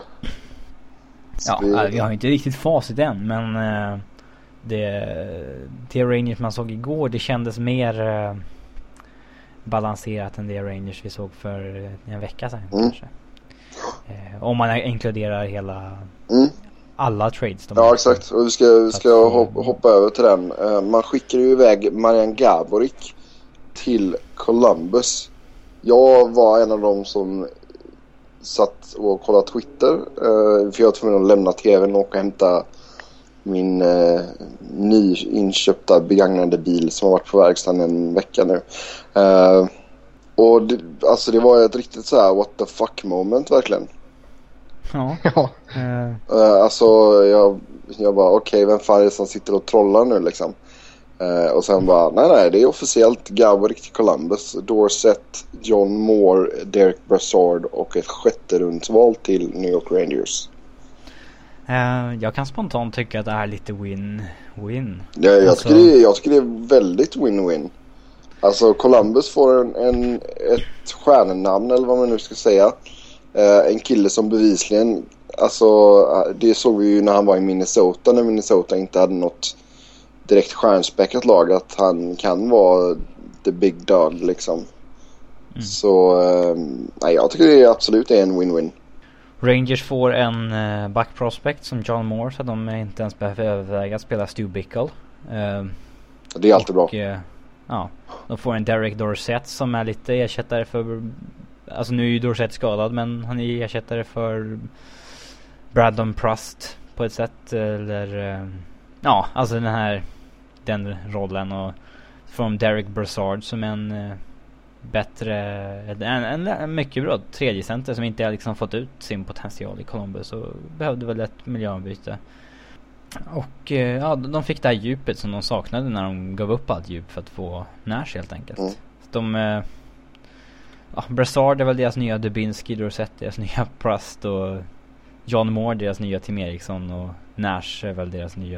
Så ja, det... vi har inte riktigt facit än, men uh, det, det Rangers man såg igår, det kändes mer uh, balanserat än det Rangers vi såg för en vecka sedan, mm. kanske. Uh, om man inkluderar hela... Mm. Alla trades. Ja, exakt. Och vi ska, vi ska hoppa, hoppa över till den. Uh, man skickar ju iväg Marian Gaborik till Columbus. Jag var en av dem som satt och kollade Twitter. Uh, för jag var tvungen att lämna tvn och hämta min uh, nyinköpta begagnade bil som har varit på verkstaden en vecka nu. Uh, och det, alltså det var ett riktigt så här what the fuck moment verkligen. Ja. uh. Uh, alltså jag, jag bara okej, okay, vem fan är det som sitter och trollar nu liksom? Uh, och sen bara nej nej, det är officiellt Gaborik till Columbus, Dorsett, John Moore, Derek Brassard och ett sjätte rundsval till New York Rangers. Uh, jag kan spontant tycka att det är lite win-win. Ja, jag, alltså... tycker det, jag tycker det är väldigt win-win. Alltså Columbus får en, en, ett stjärnenamn eller vad man nu ska säga. Uh, en kille som bevisligen, alltså det såg vi ju när han var i Minnesota, när Minnesota inte hade något direkt stjärnspäckat lag, att han kan vara the big dog liksom. Mm. Så uh, nej, jag tycker det är absolut är en win-win. Rangers får en uh, back prospect som John Moore, så de inte ens behöver överväga att spela Stu Bickle. Uh, det är alltid och, bra. Uh, ja, de får en Derek Dorsett som är lite ersättare för, alltså nu är ju Dorsett skadad, men han är ersättare för Brandon Prust på ett sätt, eller uh, ja, alltså den här den rollen, och från Derek Brassard som en uh, bättre en, en, en mycket bra tredje center som inte har liksom fått ut sin potential i Columbus, och behövde väl ett miljöombyte. Och uh, ja, de fick det här djupet som de saknade när de gav upp allt djup för att få Nash helt enkelt. Mm. De uh, ja, Brassard är väl deras nya Dubinsky, Dorsett deras nya Prust, och John Moore deras nya Tim Eriksson, och Nash är väl deras nya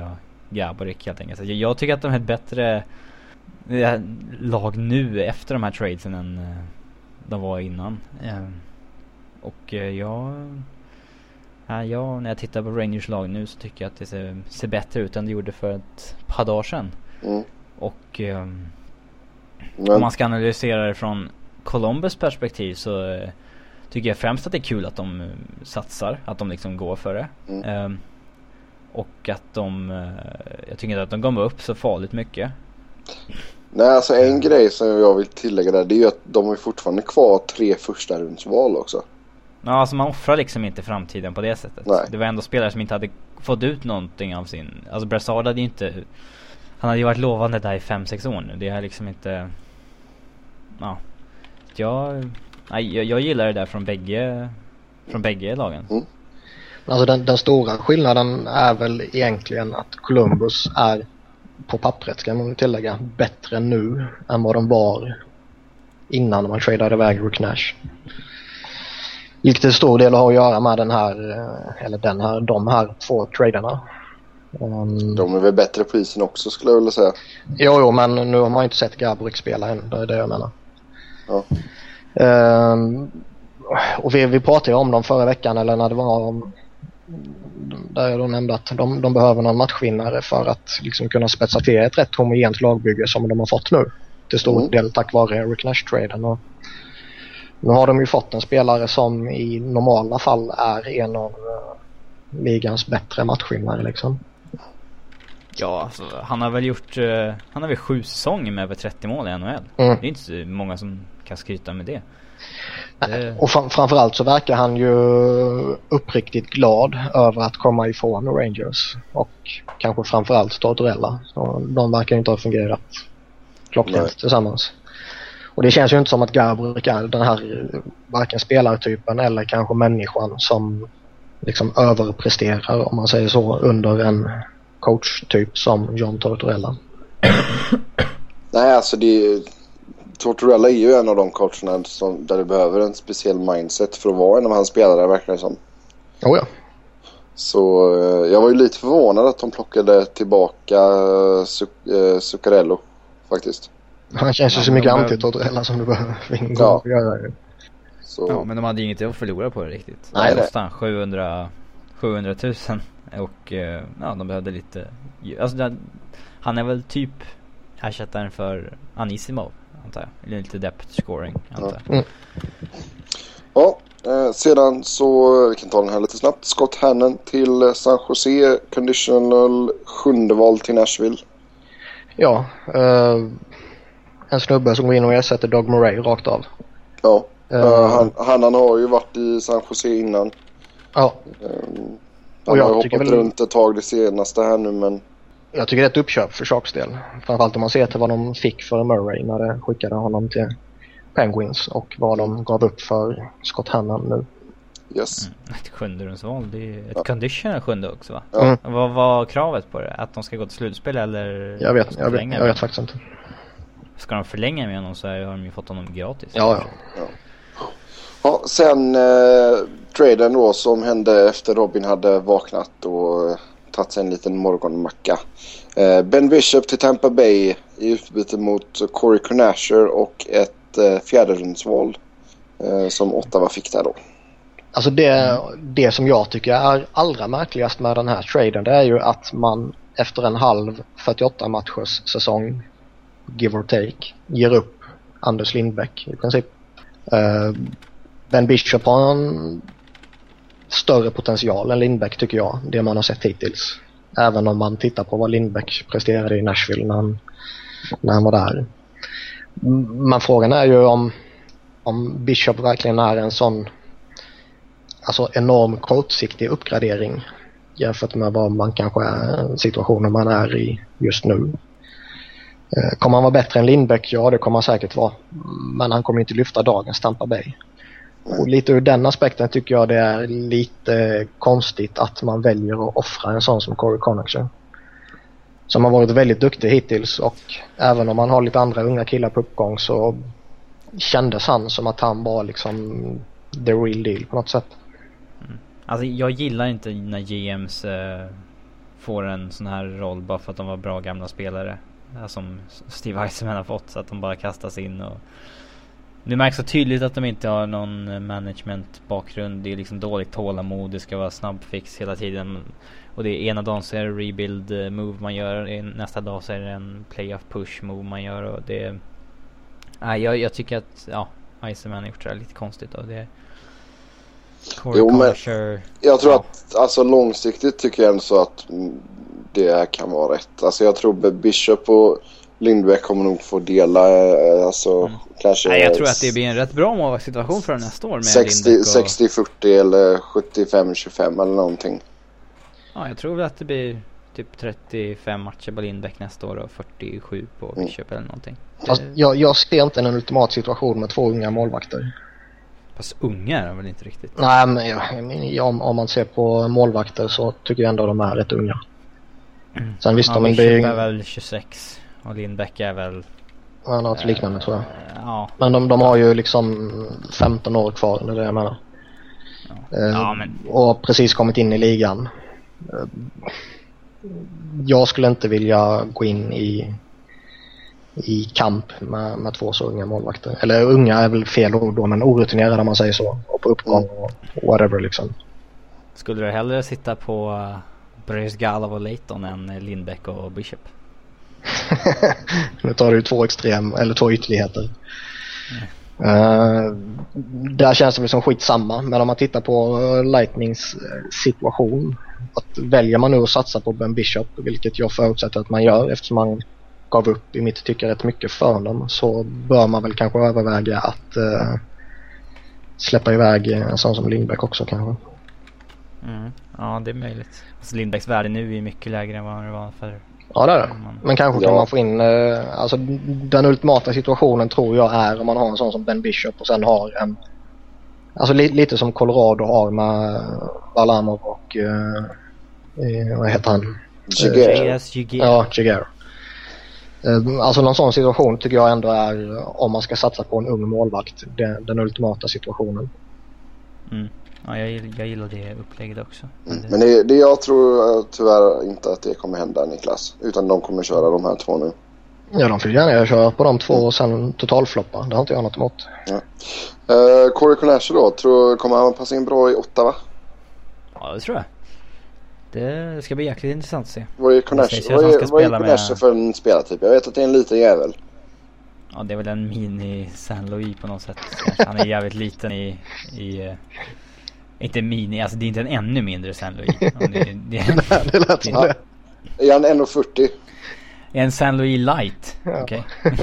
Gaborik helt enkelt. Jag, jag tycker att de är ett bättre eh, lag nu efter de här tradesen än eh, de var innan. Eh, och eh, jag, ja, jag, när jag tittar på Rangers lag nu så tycker jag att det ser, ser bättre ut än det gjorde för ett par dagar sedan. Mm. Och eh, Men... om man ska analysera det från Columbus perspektiv så eh, tycker jag främst att det är kul att de uh, satsar, att de liksom går för det. Mm. Um, och att de, uh, jag tycker inte att de kommer upp så farligt mycket. Nej, alltså en mm. grej som jag vill tillägga där, det är ju att de är fortfarande kvar tre första rundsval också. Ja, alltså man offrar liksom inte framtiden på det sättet. Nej. Det var ändå spelare som inte hade fått ut någonting av sin, alltså Brassard hade ju inte, han hade ju varit lovande där i fem sex år nu. Det är liksom inte, ja, jag... Nej, jag, jag gillar det där från bägge från bägge lagen. Mm. Alltså den, den stora skillnaden är väl egentligen att Columbus är på pappret, ska man tillägga, bättre nu än vad de var innan man tradade iväg Rick Nash. Vilket till stor del har att göra med den här, eller den här, de här två traderna. Um, de är väl bättre på isen också, skulle jag vilja säga. Jo, jo, men nu har man inte sett Gaborik spela än, det är det jag menar. Ja. Um, och vi, vi pratade om dem förra veckan, eller när det var om, där jag då nämnde att de, de behöver någon matchvinnare för att liksom kunna spetsa till ett rätt homogent lagbygge som de har fått nu till stor mm. del tack vare Rick Nash-traden. Och nu har de ju fått en spelare som i normala fall är en av uh, ligans bättre matchvinnare liksom. Ja, alltså, han har väl gjort uh, han har väl sju säsonger med över trettio mål i N H L. Mm. Det är inte så många som kan skryta med det. det... Och fram- framförallt så verkar han ju uppriktigt glad över att komma ifrån Rangers. Och kanske framförallt Tortorella. Så de verkar inte ha fungerat klockrent tillsammans. Och det känns ju inte som att Gaborik är den här varken spelartypen eller kanske människan som liksom överpresterar, om man säger så, under en coachtyp som John Tortorella. Nej, alltså det, Tortorella är ju en av de coacherna som, där du behöver en speciell mindset för att vara en av hans spelare, verkar det som. Oh ja. Så jag var ju lite förvånad att de plockade tillbaka Zuc- Zuccarello faktiskt. Han känns ju ja, så mycket behöver... anti-Tortorella som du behöver ja. göra. Så... Ja, men de hade ju inget att förlora på det riktigt. Nej, det kostade sjuhundra tusen och ja, de behövde lite, alltså det, han är väl typ ersättaren för Anisimov, antar jag. Eller lite depth scoring, antar jag. Mm. Ja, eh, sedan så, vi kan ta den här lite snabbt. Scott Hannon till San Jose, conditional sjunde val till Nashville. Ja, eh, en snubbe som går in och ersätter Doug Murray rakt av. Ja, uh, uh, han, han har ju varit i San Jose innan. Ja. Um, han har hoppat väl... runt ett tag det senaste här nu, men... Jag tycker det är ett uppköp för Sharks del. Framförallt om man ser till vad de fick för Murray när de skickade honom till Penguins och vad de gav upp för Scott Hannon nu. Yes. Mm, ett sjunde rundsval, det är ett ja. condition sjunde också, va? Ja. Mm. Vad var kravet på det? Att de ska gå till slutspel eller? Jag vet, jag vet, jag vet faktiskt inte. Ska de förlänga med honom så har de ju fått honom gratis. Ja, ja. Ja, ja sen eh, traden då som hände efter Robin hade vaknat och eh, tagit sig en liten morgonmacka. Eh, Ben Bishop till Tampa Bay i utbyte mot Corey Connacher och ett eh, fjärde rundsval eh, som Ottawa fick där då. Alltså det, det som jag tycker är allra märkligast med den här traden, det är ju att man efter en halv fyrtioåtta matchers säsong, give or take, ger upp Anders Lindbäck i princip. Uh, Ben Bishop har en större potential än Lindbäck, tycker jag, det man har sett hittills. Även om man tittar på vad Lindbäck presterade i Nashville när han, när han var där. Men frågan är ju om, om Bishop verkligen är en sån, alltså enorm kortsiktig uppgradering jämfört med vad man kanske är, situationen man är i just nu. Kommer han vara bättre än Lindbäck? Ja, det kommer han säkert vara. Men han kommer inte lyfta dagens Tampa Bay. Och lite ur den aspekten tycker jag det är lite konstigt att man väljer att offra en sån som Corey Connacher, som har varit väldigt duktig hittills, och även om man har lite andra unga killar på uppgång så kändes han som att han var liksom the real deal på något sätt. Mm. Alltså jag gillar inte när G Ms eh, får en sån här roll bara för att de var bra gamla spelare, som Steve Yzerman har fått, så att de bara kastas in. Och det märks så tydligt att de inte har någon management bakgrund. Det är liksom dåligt tålamod, det ska vara snabbfix hela tiden. Och det är ena dagen så är det rebuild move man gör, nästa dag så är det en playoff push move man gör. Och det, nej, jag, jag tycker att ja, Yzerman har gjort det lite konstigt då. Det jo, men jag tror ja. att alltså, långsiktigt tycker jag ändå så att det kan vara rätt. Alltså jag tror Bishop och Lindbäck kommer nog få dela alltså mm. kanske. Nej, jag tror att det blir en rätt bra målvaktssituation för nästa år med sextio, och... sextio fyrtio eller sjuttiofem tjugofem eller någonting. Ja, jag tror att det blir typ trettiofem matcher på Lindbäck nästa år och fyrtiosju på Bishop mm. eller någonting. Fast jag, jag ser inte en ultimat situation med två unga målvakter. Fast unga är de väl inte riktigt? Nej, men ja, om, om man ser på målvakter så tycker jag ändå de är rätt unga. Mm. Sen visst ja, de Bishop är väl tjugosex och Lindbäck är väl ja, något äh, liknande tror jag. Ja. Men de, de har ju liksom femton år kvar, det är det jag menar. Ja. Uh, ja, men... Och precis kommit in i ligan. Uh, jag skulle inte vilja gå in i i kamp med, med två så unga målvakter. Eller unga är väl fel ord då, men orutinerade om man säger så. Och på uppgång mm. och whatever liksom. Skulle du hellre sitta på uh, Bryce-Galov och Leighton än Lindbäck och Bishop? Nu tar du två extrem, eller två ytterligheter. Mm. Uh, där känns det väl som skitsamma. Men om man tittar på uh, Lightnings uh, situation, att väljer man nu att satsa på Ben Bishop, vilket jag förutsätter att man gör eftersom man gav upp i mitt tycke rätt mycket för dem, så bör man väl kanske överväga att uh, släppa iväg en sån som Lindbäck också kanske. Mm. Ja, det är möjligt. Alltså, Lindbäcks värde nu är mycket lägre än vad det var för. Ja, det är det. Men kanske kan ja. man få in uh, alltså den ultimata situationen tror jag är om man har en sån som Ben Bishop och sen har en alltså li- lite som Colorado har med Varlamov och uh, uh, vad heter han? Jaguar. Ja, Jaguar. Alltså någon sån situation tycker jag ändå är, om man ska satsa på en ung målvakt, den, den ultimata situationen. Mm. Ja, jag, jag gillar det upplägget också. Mm. Men det, det jag tror tyvärr inte att det kommer hända, Niklas. Utan de kommer köra de här två nu. Ja, de får gärna köra på de två och sen totalfloppa. Det har inte jag något emot. Ja. Uh, Corey Conacher då, tror, kommer han passa in bra i Ottawa? Ja, det tror jag. Det ska bli jäkligt intressant att se. Vad är Conacher, vad är, vad är Conacher för en spelartyp? Jag vet att det är en liten jävel. Ja, det är väl en mini Saint Louis på något sätt. Han är jävligt liten i... i uh, inte mini, alltså det är inte en ännu mindre Saint Louis. Det, det, det, det lät som det. Är han en fyrtio? En Saint Louis light. Ja. Okej.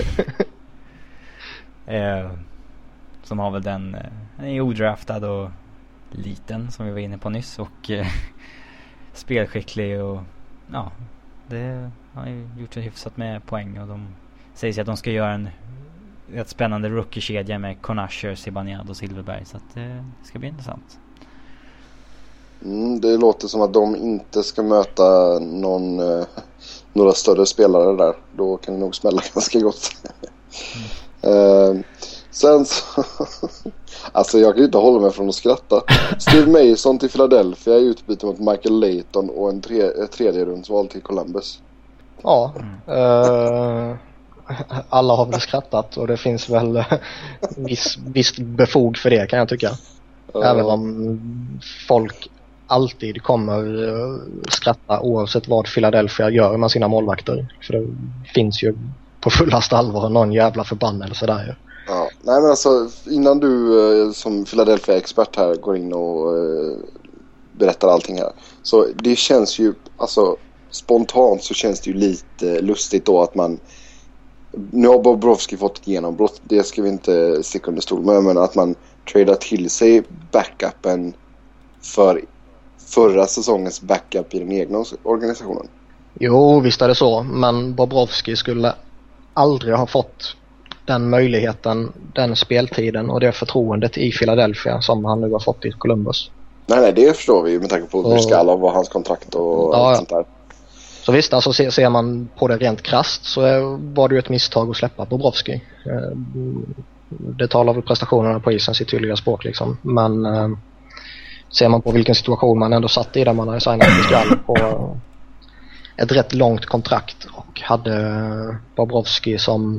Okay. uh, som har väl den... Uh, han är odraftad och liten, som vi var inne på nyss. Och... Uh, spelskicklig och ja, det har ju gjort det hyfsat med poäng och de säger sig att de ska göra en ett spännande rookie-kedja med Conacher, Zibanejad och Silverberg, så att det ska bli intressant. Mm, det låter som att de inte ska möta någon eh, några större spelare där. Då kan det nog smälla ganska gott. Mm. eh, sen så alltså jag kan ju inte hålla mig från att skratta. Steve Mason till Philadelphia är utbyte mot Michael Leighton och en tre, ett tredje rundsval till Columbus. Ja, mm. uh, alla har väl skrattat och det finns väl viss, visst befog för det kan jag tycka. Uh. Även om folk alltid kommer uh, skratta oavsett vad Philadelphia gör med sina målvakter. För det finns ju på fullaste allvar någon jävla förbannelse där ju. Ja, nej men alltså innan du eh, som Philadelphia-expert här går in och eh, berättar allting här, så det känns ju, alltså spontant så känns det ju lite lustigt då att man, nu har Bobrovsky fått ett genombrott, det ska vi inte sticka under stol med, men att man tradar till sig backupen för förra säsongens backup i den egna organisationen. Jo, visst är det så, men Bobrovsky skulle aldrig ha fått den möjligheten, den speltiden och det förtroendet i Philadelphia som han nu har fått i Columbus. Nej, nej, det förstår vi med tanke på hur skall av hans kontrakt och ja, allt sånt där. Så visst, alltså ser, ser man på det rent krasst så är, var det ju ett misstag att släppa Bobrovsky. Det talar väl prestationerna på isen sitt tydliga språk liksom. Men eh, ser man på vilken situation man ändå satt i där man har signat Pascal på ett rätt långt kontrakt och hade Bobrovsky som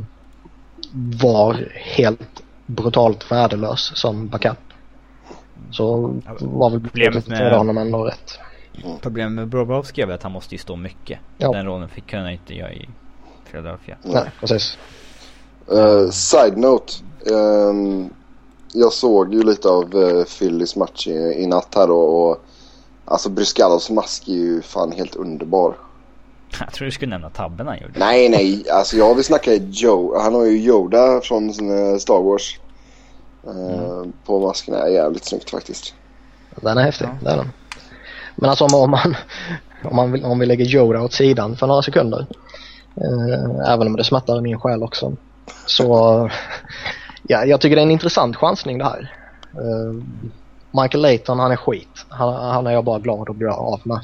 var helt brutalt värdelös som backup. Så var väl problemet med honom ändå rätt. Problemet med Bobrovsky är väl att han måste ju stå mycket. Ja. Den rollen fick han inte göra i Philadelphia. Nej, precis. Uh, side note. Um, jag såg ju lite av uh, Phillys match i, i natt här och, och alltså Bryscalovs mask är ju fan helt underbar. Jag tror du skulle nämna tabben han gjorde. Nej, nej. Alltså jag vill snacka Joe. Han har ju Yoda från sin Star Wars. Uh, mm. På masken är jävligt snyggt faktiskt. Den är häftig, ja. Det är den. Men alltså om man, om man, vill, om vi lägger Yoda åt sidan för några sekunder. Uh, även om det smattar min själ också. Så ja, jag tycker det är en intressant chansning det här. Uh, Michael Layton, han är skit. Han, han är jag bara glad att bli av med.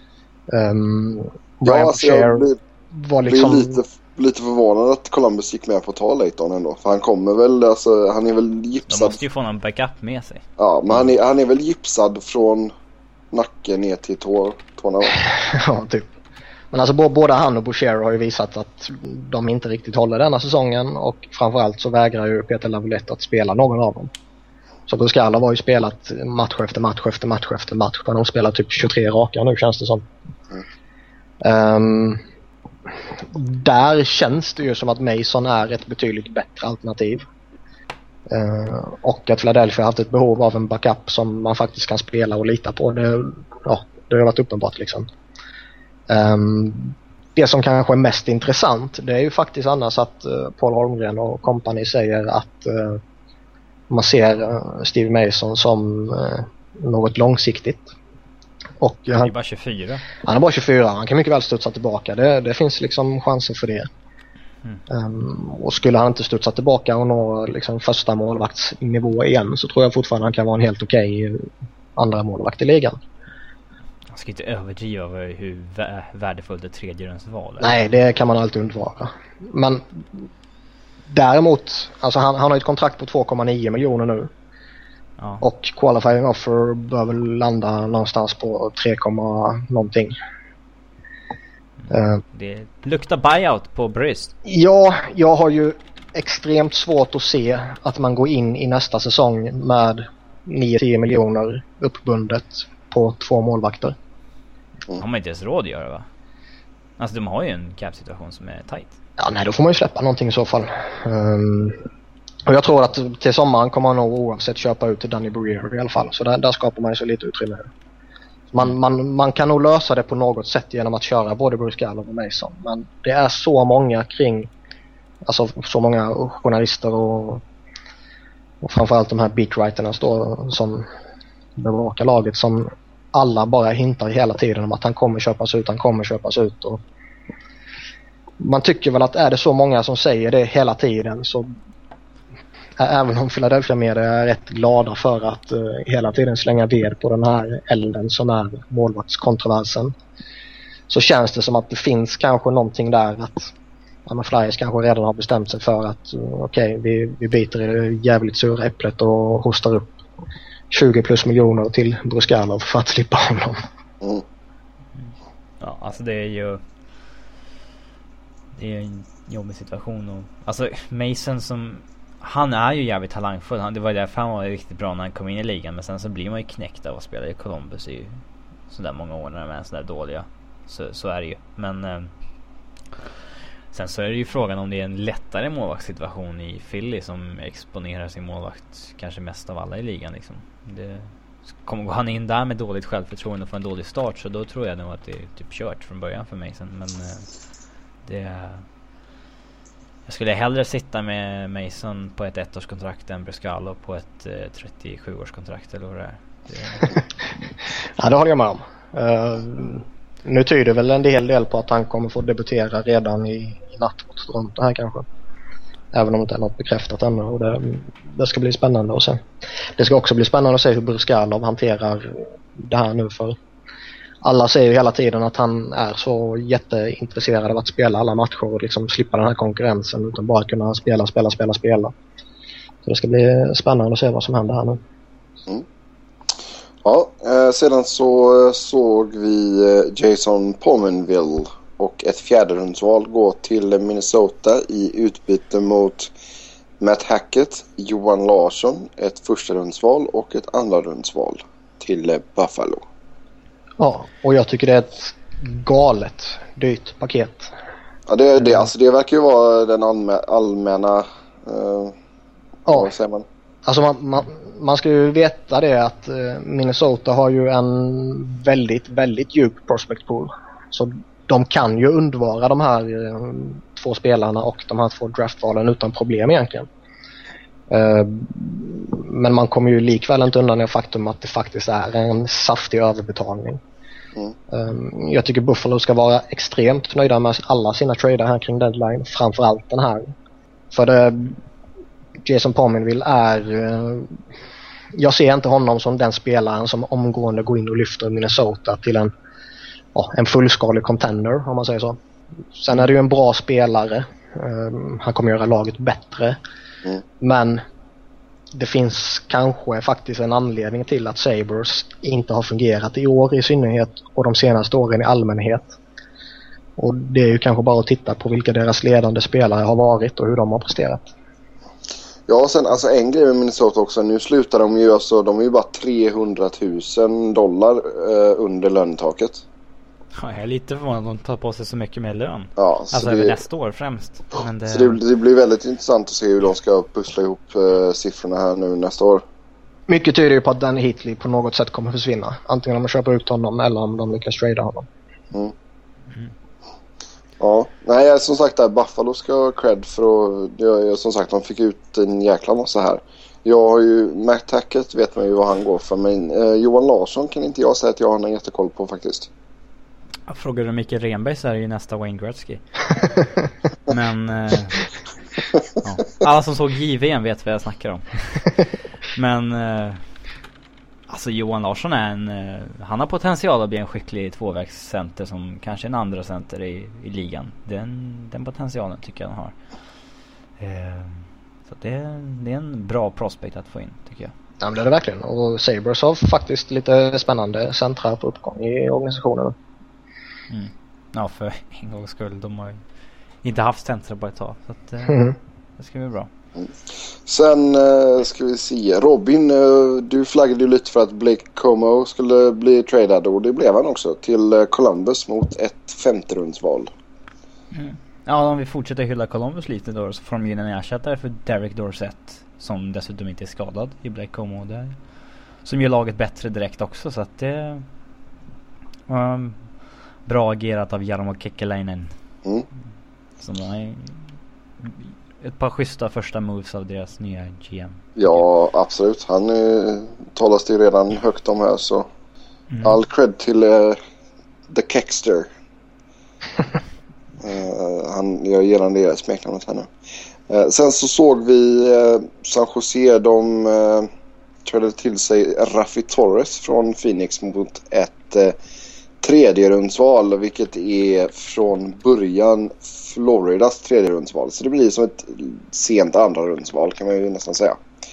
Um, Brian ja, alltså jag blir, var liksom... blir lite, lite förvånad att Columbus gick med på att ta Layton ändå. För han kommer väl, alltså han är väl gipsad. De måste ju få någon backup med sig. Ja, men han är, han är väl gipsad från nacken ner till tå, tårna. Ja, typ. Men alltså både han och Boucher har ju visat att de inte riktigt håller denna säsongen. Och framförallt så vägrar ju Peter Laviolette att spela någon av dem. Så Bruscala har ju spelat match efter match efter match efter match. Han har spelat typ tjugotre raka nu, känns det som. Mm. Um, där känns det ju som att Mason är ett betydligt bättre alternativ. Uh, och att Philadelphia har haft ett behov av en backup som man faktiskt kan spela och lita på. Det, ja, det har varit uppenbart liksom. Um, det som kanske är mest intressant, det är ju faktiskt annars att uh, Paul Holmgren och company säger att uh, man ser uh, Steve Mason som uh, något långsiktigt. Och han är bara tjugofyra. Han är bara tjugofyra. Han kan mycket väl studsa tillbaka. Det, det finns liksom chanser för det. Mm. Um, och skulle han inte studsa tillbaka och nå liksom första målvaktsnivå igen, så tror jag fortfarande han kan vara en helt okej andra målvakt i ligan. Han ska inte överdriva över hur värdefullt det tredje val är. Nej, det kan man alltid undvara. Men däremot, alltså han, han har ett kontrakt på två komma nio miljoner nu. Ja. Och qualifying offer bör väl landa någonstans på tre, någonting. Mm. Uh, det luktar buyout på brist. Ja, jag har ju extremt svårt att se att man går in i nästa säsong med nio till tio miljoner uppbundet på två målvakter. Mm. Har man inte ens råd att göra, va? Alltså de har ju en cap-situation som är tight. Ja, nej, då får man ju släppa någonting i så fall. Um, och jag tror att till sommaren kommer man nog oavsett köpa ut till Danny Briere i alla fall. Så där, där skapar man ju så lite utrymme. Man, man, man kan nog lösa det på något sätt genom att köra både Bruscala och Mason. Men det är så många kring, alltså så många journalister och, och framförallt de här beatwriterna står som bevakar laget, som alla bara hintar hela tiden om att han kommer köpas ut, han kommer köpas ut. Och man tycker väl att är det så många som säger det hela tiden, så även om Philadelphia media är rätt glada för att uh, hela tiden slänga ved på den här elden som är målvaktskontroversen, så känns det som att det finns kanske någonting där att ja, men Flyers kanske redan har bestämt sig för att uh, okej, okay, vi, vi biter i det jävligt sura äpplet och hostar upp tjugo plus miljoner till Bruscala för att slippa honom. Mm. Ja, alltså det är ju det är en jobbig situation. Och, alltså Mason, som han är ju jävligt talangfull. Han, det var därför han var riktigt bra när han kom in i ligan. Men sen så blir man ju knäckt av att spela i Columbus i sådär många år när de är sådär dåliga. Så, så är det ju. Men eh, sen så är det ju frågan om det är en lättare målvaktssituation i Philly, som exponerar sin målvakt kanske mest av alla i ligan liksom. Det, kommer gå han in där med dåligt självförtroende och få en dålig start, så då tror jag nog att det är typ kört från början för Mason. Men eh, det jag skulle hellre sitta med Mason på ett ettårskontrakt än Bruscala på ett eh, trettiosjuårskontrakt eller vad det är. Det... Ja, det håller jag med om. Uh, nu tyder väl en hel del på att han kommer få debutera redan i, i natt mot Toronto här kanske. Även om det inte är något bekräftat ännu. Och det, det ska bli spännande att se. Det ska också bli spännande att se hur Bruscala hanterar det här nu, för alla säger ju hela tiden att han är så jätteintresserad av att spela alla matcher och liksom slippa den här konkurrensen, utan bara kunna spela, spela, spela, spela. Så det ska bli spännande att se vad som händer här nu. Mm. Ja, eh, sedan så såg vi Jason Pominville och ett fjärde rundsval går till Minnesota i utbyte mot Matt Hackett, Johan Larsson, ett första rundsval och ett andra rundsval till Buffalo. Ja, och jag tycker det är ett galet dyrt paket. Ja, det, det, alltså det verkar ju vara den allmä- allmänna... Uh, ja, vad säger man? Alltså man, man, man ska ju veta det att uh, Minnesota har ju en väldigt, väldigt djup prospect pool. Så de kan ju undvara de här uh, två spelarna och de här två draftvalen utan problem egentligen. Uh, men man kommer ju likväl inte undan det faktum att det faktiskt är en saftig överbetalning. Mm. Um, jag tycker Buffalo ska vara extremt nöjda med alla sina trader här kring deadline, framförallt den här. För det Jason Pominville är uh, jag ser inte honom som den spelaren som omgående går in och lyfter Minnesota till en, ja, en fullskalig contender, om man säger så. Sen är det ju en bra spelare, um, han kommer göra laget bättre. Mm. Men det finns kanske faktiskt en anledning till att Sabres inte har fungerat i år i synnerhet och de senaste åren i allmänhet. Och det är ju kanske bara att titta på vilka deras ledande spelare har varit och hur de har presterat. Ja, sen alltså en grej med Minnesota också. Nu slutar de ju, alltså, de är ju bara trehundratusen dollar eh, under lönetaket. Ja, jag är lite förvånad att de tar på sig så mycket mer lön. Ja, alltså det, över nästa år främst. Men det... Så det, det blir väldigt intressant att se hur de ska pussla ihop uh, siffrorna här nu nästa år. Mycket tyder ju på att Danny Heatley på något sätt kommer försvinna. Antingen om de köper ut honom eller om de lyckas trada honom. Mm. Mm. Ja, nej, som sagt där, Buffalo ska ha cred för att, jag, som sagt, de fick ut en jäkla massa här. Jag har ju, Matt Hackett vet man ju vad han går för, men uh, Johan Larsson kan inte jag säga att jag har någon jättekoll på faktiskt. Jag frågar du Mikael Renberg så är det ju nästa Wayne Gretzky. Men eh, ja. Alla som såg J V M vet vad jag snackar om. Men eh, alltså Johan Larsson är en eh, han har potential att bli en skicklig tvåvägscenter som kanske en andra center i, i ligan. Den, den potentialen tycker jag han har. Eh, så det, det är en bra prospect att få in, tycker jag. Ja, men det är det verkligen. Och Sabres har faktiskt lite spännande centrar på uppgång i organisationen. Mm. Ja, för en gångs skull. De har inte haft centra på ett tag. Så att, eh, mm. det ska bli bra. Mm. Sen uh, ska vi se. Robin, uh, du flaggade ju lite för att Blake Como skulle bli tradad. Och det blev han också till uh, Columbus mot ett femte rundsval. Mm. Ja, om vi fortsätter hylla Columbus lite då, så får de in en ersättare för Derek Dorsett, som dessutom inte är skadad i Blake Como där. Som gör laget bättre direkt också. Så att det... Um, bra agerat av Jarmo Kekalainen. Mm. Som är ett par schyssta första moves av deras nya G M. Ja, absolut. Han är, talas det ju redan högt om här, så mm. all cred till uh, The Kexter. uh, han, jag gillar det smeknamnet här nu. Uh, sen så såg vi uh, San Jose, de uh, trädde till sig Raffi Torres från Phoenix mot ett uh, tredje rundsval, vilket är från början Floridas tredje rundsval. Så det blir som ett sent andra rundsval, kan man ju nästan säga.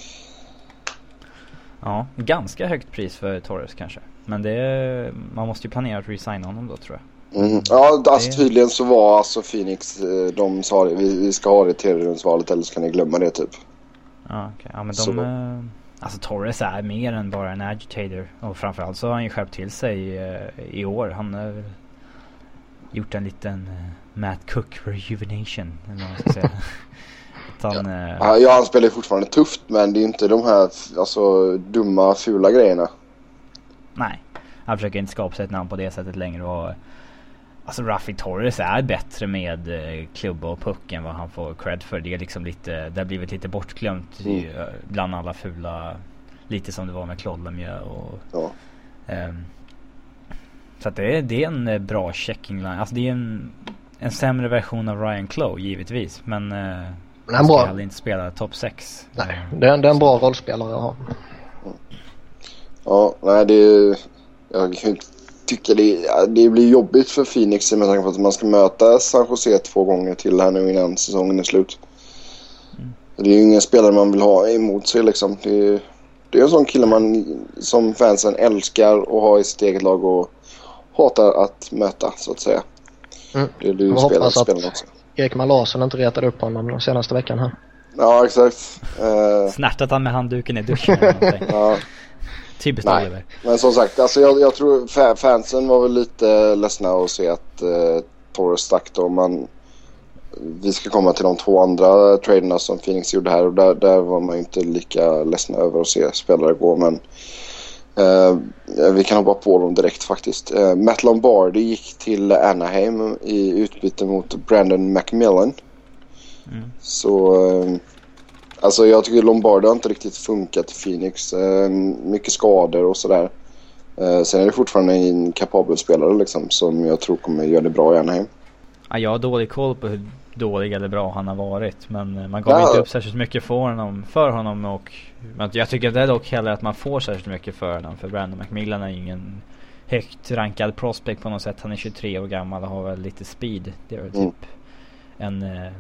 Ja, ganska högt pris för Torres kanske. Men det är, man måste ju planera att resigna honom då, tror jag. Mm. Ja, alltså det... tydligen så var alltså Phoenix, de sa det, vi, vi ska ha det tredje rundsvalet eller så kan ni glömma det typ. Ja, okay. Ja, men de... Så... Alltså Torres är mer än bara en agitator. Och framförallt så har han ju skärpt till sig uh, i år. Han har gjort en liten uh, Matt Cook rejuvenation, eller vad man ska säga. han, ja. Uh... ja, han spelar ju fortfarande tufft, men det är inte de här alltså, dumma, fula grejerna. Nej, han försöker inte skapa sig ett namn på det sättet längre. Och, alltså Raffi Torres är bättre med uh, klubba och puck än vad han får cred för. Det är liksom lite, det har blivit lite bortglömt mm. i, uh, bland alla fula, lite som det var med Klodlemjö och ja. um, så att det är, det är en uh, bra checking line. Alltså det är en, en sämre version av Ryan Clough givetvis, men uh, han ska bra. Inte spela topp sex. Nej, det är, det är en bra rollspelare att ha. Mm. Ja, nej det är, jag kan inte tycker det, det blir jobbigt för Phoenix med tanke på att man ska möta San Jose två gånger till här nu innan säsongen är slut. Mm. Det är ju ingen spelare man vill ha emot sig liksom. Det är, det är en sån kille man som fansen älskar att ha i sitt eget lag och hatar att möta, så att säga. Mm. Det är du Jag spelar, hoppas att spelar också. Ekman Larsson inte retade upp honom den senaste veckan här. Ja, exakt. Uh, Snärtat han med handduken i duschen eller någonting. Ja. Typiskt Nej, Oliver. men som sagt, alltså jag, jag tror fa- fansen var väl lite ledsna att se att uh, Torres stack då. Man, vi ska komma till de två andra traderna som Phoenix gjorde här, och där, där var man inte lika ledsna över att se spelare gå, men uh, vi kan hoppa på dem direkt faktiskt. Uh, Matt Lombardi gick till Anaheim i utbyte mot Brandon McMillan. Mm. Så uh, alltså jag tycker Lombardi har inte riktigt funkat i Phoenix. Uh, mycket skador och sådär. Uh, sen är det fortfarande en kapabel spelare liksom, som jag tror kommer göra det bra i Anaheim. Ja, jag har dålig koll på hur dålig eller bra han har varit, men man gav ja. inte upp särskilt mycket för honom, för honom och men jag tycker det är dock heller att man får särskilt mycket för honom, för Brandon McMillan är ingen högt rankad prospect på något sätt. Han är tjugotre år gammal och har väl lite speed. Det är väl typ mm. en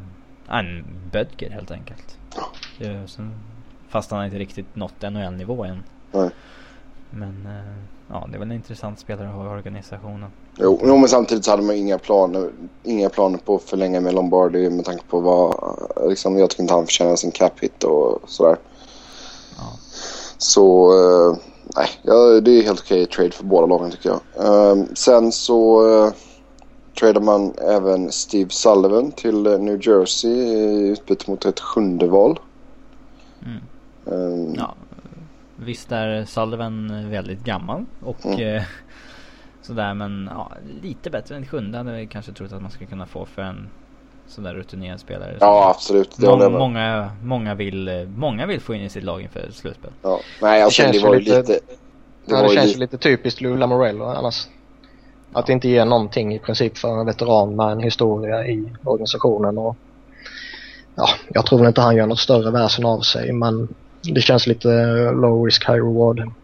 en Bödger helt enkelt. Ja, sen, fast han har inte riktigt nått N H L-nivå än. Nej. Men ja, det är väl en intressant spelare att ha i organisationen. Jo, men samtidigt så hade man inga planer inga planer på att förlänga med Lombardi med tanke på vad liksom, jag tycker inte han förtjänar sin cap hit och sådär. Ja. Så uh, nej, ja, det är helt okej trade för båda lagen tycker jag. Uh, sen så uh, tradar man även Steve Sullivan till uh, New Jersey i utbyte mot ett sjunde val. Mm. Um, ja, visst är Sullivan väldigt gammal och mm. eh, sådär, men ja, lite bättre än sjunde hade jag kanske trott att man skulle kunna få för en sådär rutinerad spelare. Ja, absolut. Det Mång, många, många, vill, många vill få in i sitt lag inför slutspel. Ja, nej, alltså det, det var ju lite... lite det, ja, det känns ju lite typiskt Lou Lamoriello annars. Ja. Att inte ge någonting i princip för en veteran med en historia i organisationen. Och ja, jag tror inte han gör något större väsen av sig, men det känns lite low risk, high reward. Mm.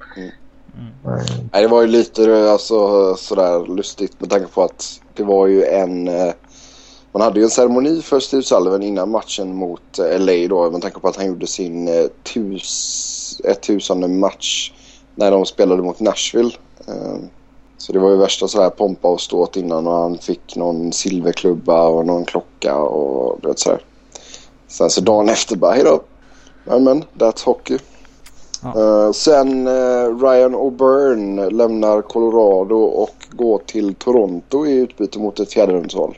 Mm. Nej, det var ju lite alltså, sådär lustigt med tanke på att det var ju en man hade ju en ceremoni för Steve Sullivan innan matchen mot L A då, med tanke på att han gjorde sin tus, ett tusende match när de spelade mot Nashville. Så det var ju värsta så här pompa och ståt innan, och han fick någon silverklubba och någon klocka och du vet så här. Sen så dagen efter bara hej då. Men men, that's hockey. Ja. Uh, sen uh, Ryan O'Byrne lämnar Colorado och går till Toronto i utbyte mot ett fjärderumsval.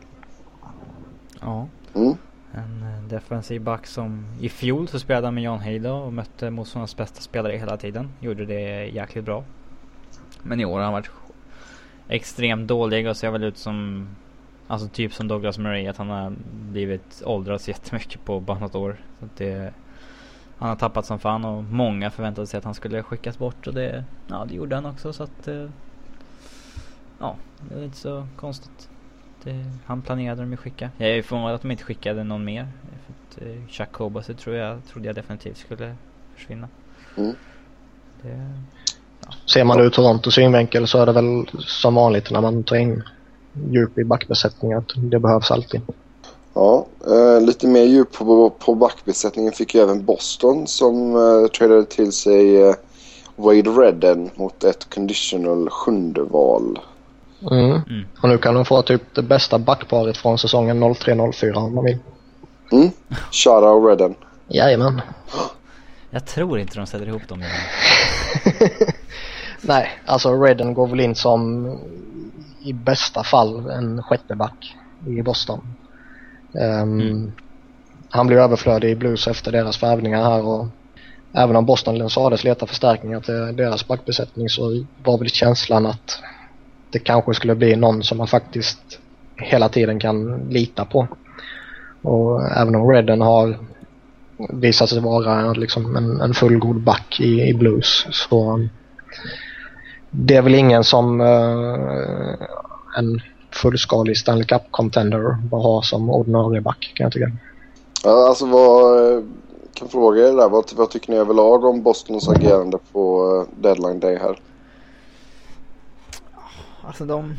Ja. Mm. En uh, defensiv back som i fjol så spelade han med John Haydo och mötte motståndarnas bästa spelare hela tiden. Gjorde det jäkligt bra. Men i år har han varit extremt dålig och ser väl ut som alltså typ som Douglas Murray, att han har blivit åldrats jättemycket på bara något år. Så att det, han har tappat som fan och många förväntade sig att han skulle skickas bort, och det, ja, det gjorde han också, så att ja, det är inte så konstigt. Det, han planerade dem att skicka. Jag är förvånad att de inte skickade någon mer. För att Chuck Cobas tror jag, trodde jag definitivt skulle försvinna. Mm. Det, ja. Ser man det ur Torontos synvinkel så är det väl som vanligt när man tar in djup i backbesättningen att det behövs alltid. Ja, eh, lite mer djup på, på backbesättningen fick ju även Boston som eh, tradade till sig eh, Wade Redden mot ett conditional sjunde val. Mm. Mm. Och nu kan de få typ det bästa backparet från säsongen noll tre noll fyra om man vill. Mm. Shara och Redden. Jajamän. Jag tror inte de sätter ihop dem igen. Nej, alltså Redden går väl in som i bästa fall en sjätte back i Boston. Um, mm. Han blev överflödig i Blues efter deras värvningar här, och även om Boston sades leta förstärkningar till deras backbesättning så var väl känslan att det kanske skulle bli någon som man faktiskt hela tiden kan lita på. Och även om Redden har visat sig vara liksom en, en fullgod back i, i Blues, så det är väl ingen som uh, en fullskalig Stanley Cup contender bara ha som ordinarie back, kan jag tycka. Ja, alltså vad kan fråga er där, vad, vad tycker ni överlag om Bostons agerande på deadline day här? Alltså de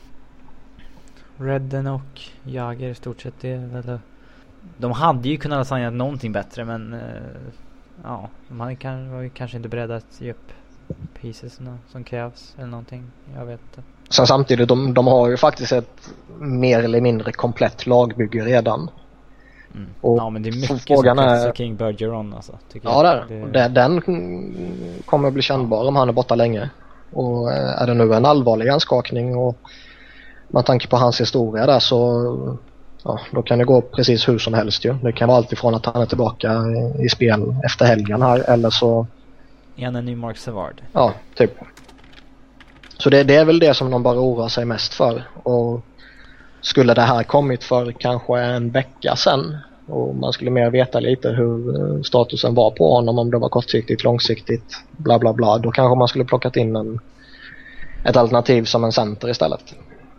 Redden och Jagr i stort sett, det är väl, de hade ju kunnat signa någonting bättre, men uh, ja, de hade kan, var ju kanske inte beredda att ge upp pieces som krävs eller någonting, jag vet inte. Sen samtidigt, de, de har ju faktiskt ett mer eller mindre komplett lagbygge redan. Mm. Ja, men det är mycket frågan som är, King Bergeron alltså, tycker ja, jag. där. Det... Den kommer att bli kännbar om han är borta länge. Och är det nu en allvarlig anskakning och med tanke på hans historia där så ja, då kan det gå precis hur som helst ju. Det kan vara allt ifrån att han är tillbaka i spel efter helgen här eller så är han en ny Mark Savard? Ja, typ. Så det, det är väl det som de bara oroar sig mest för. Och skulle det här kommit för kanske en vecka sedan och man skulle mer veta lite hur statusen var på honom, om det var kortsiktigt, långsiktigt, bla bla bla, då kanske man skulle plockat in en, ett alternativ som en center istället.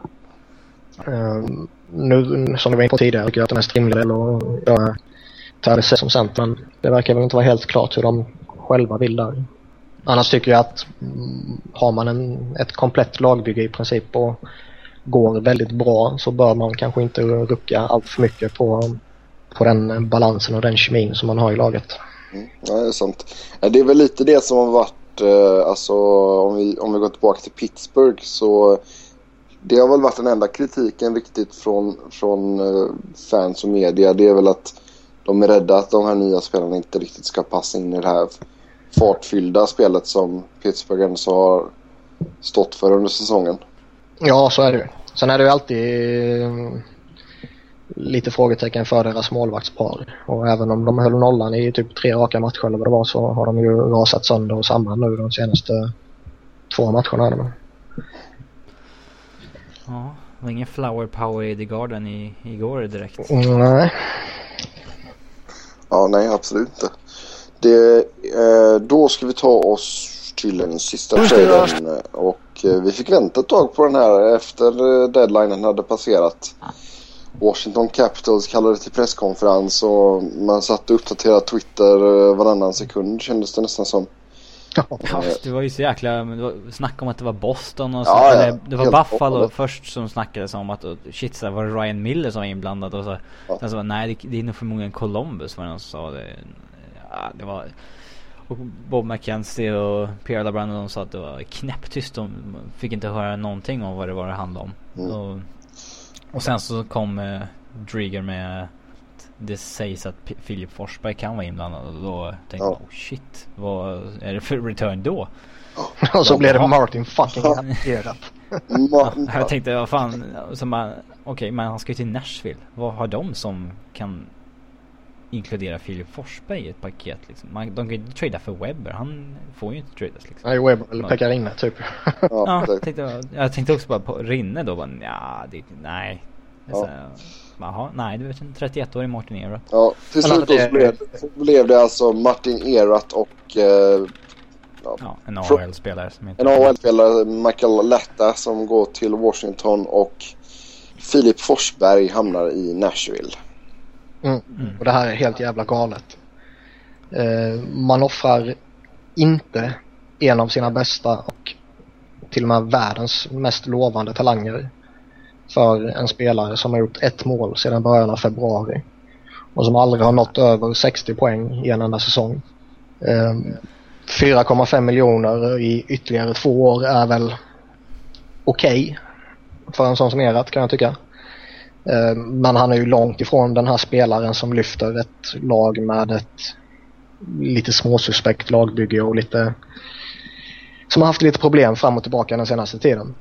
Um, nu, som vi var inne på tidigare, tycker jag att det mest rimliga är att göra Therese som center, men det verkar väl inte vara helt klart hur de själva vill där. Annars tycker jag att mm, har man en, ett komplett lagbygge i princip och går väldigt bra, så bör man kanske inte rucka allt för mycket på, på den balansen och den kemin som man har i laget. Mm, ja, det är sant. Ja, det är väl lite det som har varit eh, alltså om vi, om vi går tillbaka till Pittsburgh, så det har väl varit den enda kritiken riktigt från, från eh, fans och media. Det är väl att de är rädda att de här nya spelarna inte riktigt ska passa in i det här fartfyllda spelet som Pittsburgh ändå har stått för under säsongen. Ja, så är det ju. Sen är det ju alltid lite frågetecken för deras målvaktspar. Och även om de höll nollan i typ tre raka matcher eller vad det var, så har de ju rasat sönder och samman nu de senaste två matcherna. Ja, det var ingen flower power i The Garden i, igår direkt. Nej. Ja, nej, absolut inte. Det, eh, då ska vi ta oss till den sista traden, och eh, vi fick vänta ett tag på den här efter deadlinen hade passerat. Washington Capitals kallade till presskonferens och man satt och uppdaterade Twitter eh, varannan sekund, kändes det nästan som. Ja, det var ju så jäkla, men det var snack om att det var Boston och så, ja, eller, det var Buffalo bra. Först som snackades om att shit, så var det Ryan Miller som var inblandad och så. Ja. Sen så var nej, det, det är nog förmodligen Columbus, var det någon som sa det. Ja, det var, och Bob McKenzie och Pierre LeBrun sa att det var knäpptyst, de fick inte höra någonting om vad det var det handlade om. Mm. Och, och sen så kom eh, Drieger med det sägs att P- Filip Forsberg kan vara inblandad, och då tänkte jag, ja. oh shit, vad är det för return då? Och så blev det Martin fucking hanterat. Ja, jag tänkte, vad fan, okej, okay, men han ska ju till Nashville. Vad har de som kan inkludera Filip Forsberg i ett paket liksom? Man, de kan ju inte trada för Webber, han får ju inte tradas liksom. Nej, Webber eller Pekka Rinne typ. Ja, ja, jag, tänkte, jag tänkte också bara på Rinne då, bara, ja, det, nej. Ja. Så, aha, nej, du vet en trettioett-årig Martin Erat. Ja, till slut det... blev, blev det alltså Martin Erat och eh, ja, ja, en A H L-spelare som inte... En A H L-spelare, Michael Latta, som går till Washington, och Filip Forsberg hamnar i Nashville. Mm. Mm. Och det här är helt jävla galet. Eh, man offrar inte en av sina bästa och till och med världens mest lovande talanger för en spelare som har gjort ett mål sedan början av februari och som aldrig har nått över sextio poäng i en enda säsong. Eh, fyra komma fem miljoner i ytterligare två år är väl okej okay för en sån som Erat, kan jag tycka. Men han är ju långt ifrån den här spelaren som lyfter ett lag med ett lite småsuspekt lagbygge och lite som har haft lite problem fram och tillbaka den senaste tiden.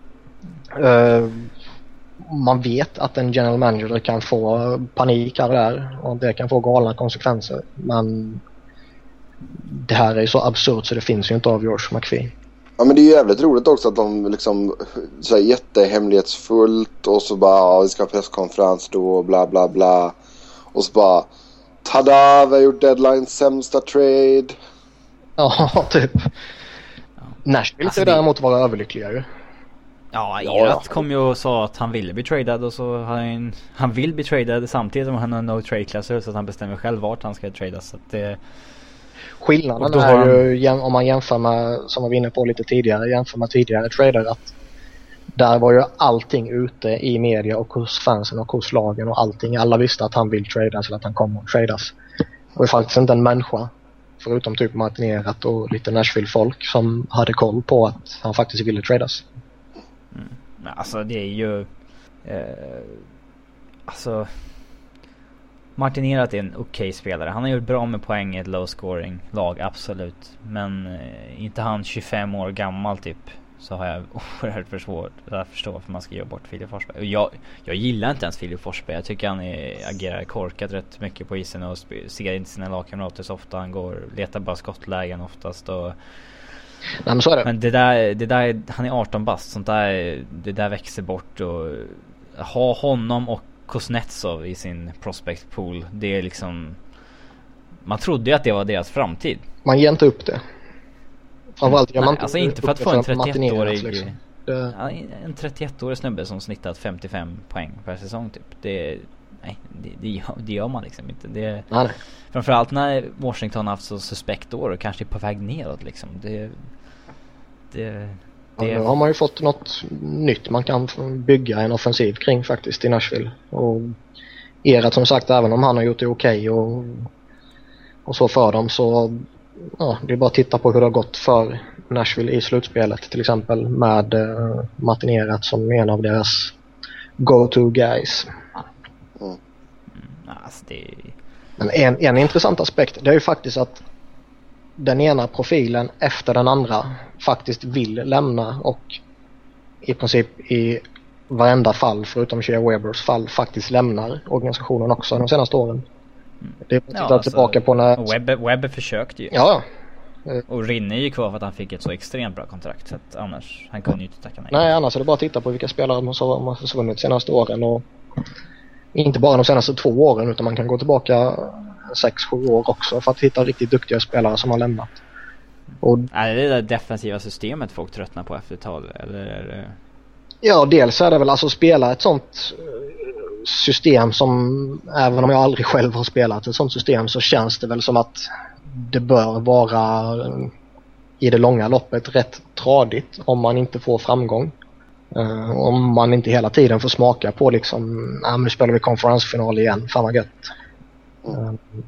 Man vet att en general manager kan få panik här och där, och det kan få galna konsekvenser, men det här är så absurt så det finns ju inte av George McPhee. Ja, men det är ju jävligt roligt också att de liksom så här jättehemlighetsfullt och så bara, ja, vi ska ha presskonferens då och bla bla bla, och så bara, tada, vi har gjort deadline sämsta trade. Ja, typ. Ja. Nashville alltså, är däremot vara överlyckliga ju. Ja, Erat ja. kom ju och sa att han ville bli tradad, och så han, han vill bli tradad samtidigt som han har no trade klausul, så att han bestämmer själv vart han ska tradas, så att det... Skillnaden är han... ju, om man jämför med, som vi var inne på lite tidigare, jämför med tidigare trader, att där var ju allting ute i media och hos fansen och hos lagen och allting. Alla visste att han vill tradas eller att han kommer att tradas. Det var faktiskt inte en människa, förutom typ Martin Erat och lite Nashville-folk, som hade koll på att han faktiskt ville tradas. Mm. Alltså det är ju eh, alltså Martin Erat är en okej okay spelare. Han har gjort bra med poäng i ett low scoring lag, absolut. Men eh, inte han tjugofem år gammal typ, så har jag oerhört för svårt att förstå varför man ska göra bort Filip Forsberg. Och jag, jag gillar inte ens Filip Forsberg. Jag tycker han är, agerar korkat rätt mycket på isen och sp- ser inte sina lagkamrater så ofta. Han går, letar bara skottlägen oftast och Nej, men så är det. Men det där, det där, han är arton bast, sånt där, det där växer bort. Och ha honom och Kuznetsov i sin prospect pool, det är liksom, man trodde ju att det var deras framtid. Man ger inte upp det. Framförallt gör man Nej, alltså inte för att få en trettioett-årig liksom. det... ja, en trettioett-årig snubbe som snittat femtiofem poäng per säsong typ. Det, nej, det, det, gör, det gör man liksom inte. Det, nej, nej. Framförallt när Washington har haft så suspekt år och kanske är på väg neråt liksom. Det, det, det... Ja, nu har man ju fått något nytt man kan bygga en offensiv kring faktiskt i Nashville. Och Erat som sagt, även om han har gjort det okej okay och, och så för dem, så ja, det är bara att titta på hur det har gått för Nashville i slutspelet till exempel, med uh, Martin Erat som en av deras go-to guys. Mm. Mm, alltså det... Men en, en intressant aspekt, det är ju faktiskt att den ena profilen efter den andra faktiskt vill lämna och i princip i varenda fall förutom Shea Webers fall faktiskt lämnar organisationen också de senaste åren. Det är att titta ja, alltså, tillbaka på när... Webber, Webber försökte ju. Ja. Och Rinne är ju kvar för att han fick ett så extremt bra kontrakt, så att annars, han kunde ju inte tacka nej. Nej, annars är det bara att titta på vilka spelare som har försvunnit de senaste åren, och inte bara de senaste två åren utan man kan gå tillbaka sex sju år också för att hitta riktigt duktiga spelare som har lämnat. Och är det det defensiva systemet folk tröttnar på efter ett tag, eller är det... Ja, dels är det väl alltså spela ett sånt system som, även om jag aldrig själv har spelat ett sånt system, så känns det väl som att det bör vara i det långa loppet rätt tradigt om man inte får framgång. Uh, om man inte hela tiden får smaka på liksom, ja men nu spelar vi konferensfinal igen, fan vad gött. Uh,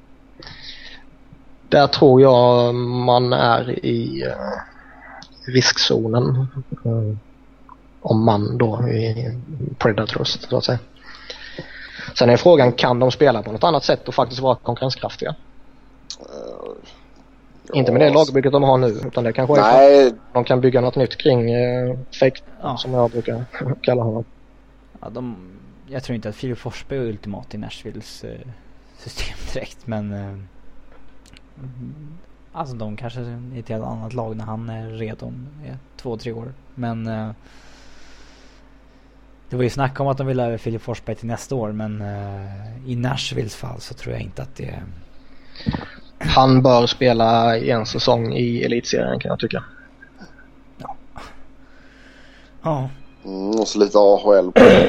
där tror jag man är i uh, riskzonen. Uh, om man då i Predators så att säga. Sen är frågan, kan de spela på något annat sätt och faktiskt vara konkurrenskraftiga? Uh, Inte med det lagbygget de har nu, utan det kanske är de kan bygga något nytt kring uh, fake, ja. Som jag brukar kalla honom. Ja, de, jag tror inte att Filip Forsberg är ultimat i Nashvilles uh, system direkt, men uh, alltså de kanske är ett helt annat lag när han är redo om två, tre år. Men uh, det var ju snack om att de ville över Filip Forsberg till nästa år, men uh, i Nashvilles fall så tror jag inte att det... Han bör spela i en säsong i elitserien, kan jag tycka. Ja. Ja. Mm, och så lite A H L på det.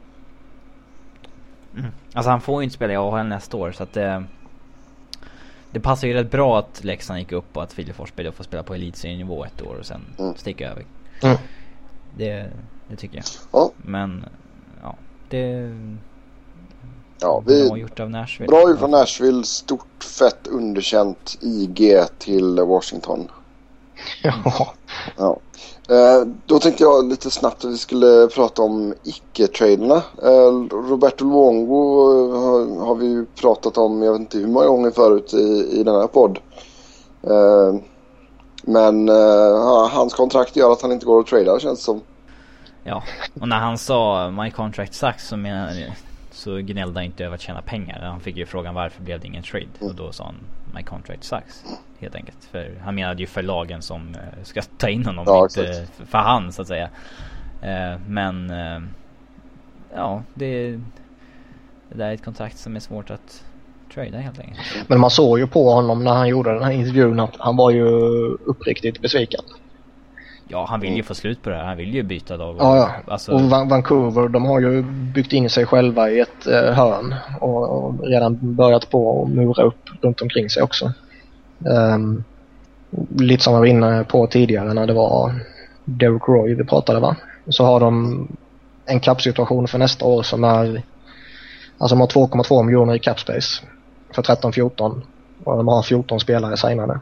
Mm. Alltså han får ju inte spela i A H L nästa år, så att det, det passar ju rätt bra att Leksand gick upp och att Filip Forsberg då får spela på elitserienivå ett år och sen mm. sticka över. Mm. Det, det tycker jag. Ja. Men ja, det... Ja, vi bra gjort av Nashville. Bra gjort av Nashville, stort fett underkänt I G till Washington. Ja. Ja. Eh, då tänkte jag lite snabbt att vi skulle prata om icke-traderna. Eh, Roberto Luongo har, har vi ju pratat om, jag vet inte hur många gånger förut i, i den här podd. Eh, men eh, hans kontrakt gör att han inte går att trada, känns som. Ja, och när han sa my contract sucks så menar så gnällde han inte över att tjäna pengar. Han fick ju frågan varför blev det ingen trade. Och då sa han my contract sucks, helt enkelt. För han menade ju för lagen som ska ta in honom, ja, inte för han så att säga. Men ja, det, det där är ett kontrakt som är svårt att trada helt enkelt. Men man såg ju på honom när han gjorde den här intervjun att han var ju uppriktigt besviken. Ja, han vill ju få slut på det här. Han vill ju byta lag. Ja, ja. Alltså... Och Vancouver, de har ju byggt in sig själva i ett eh, hörn och, och redan börjat på att mura upp runt omkring sig också. Um, lite som jag var inne på tidigare när det var Derek Roy vi pratade, va? Så har de en capsituation för nästa år som är, alltså de har två komma två miljoner i capspace för tretton fjorton och de har fjorton spelare signade.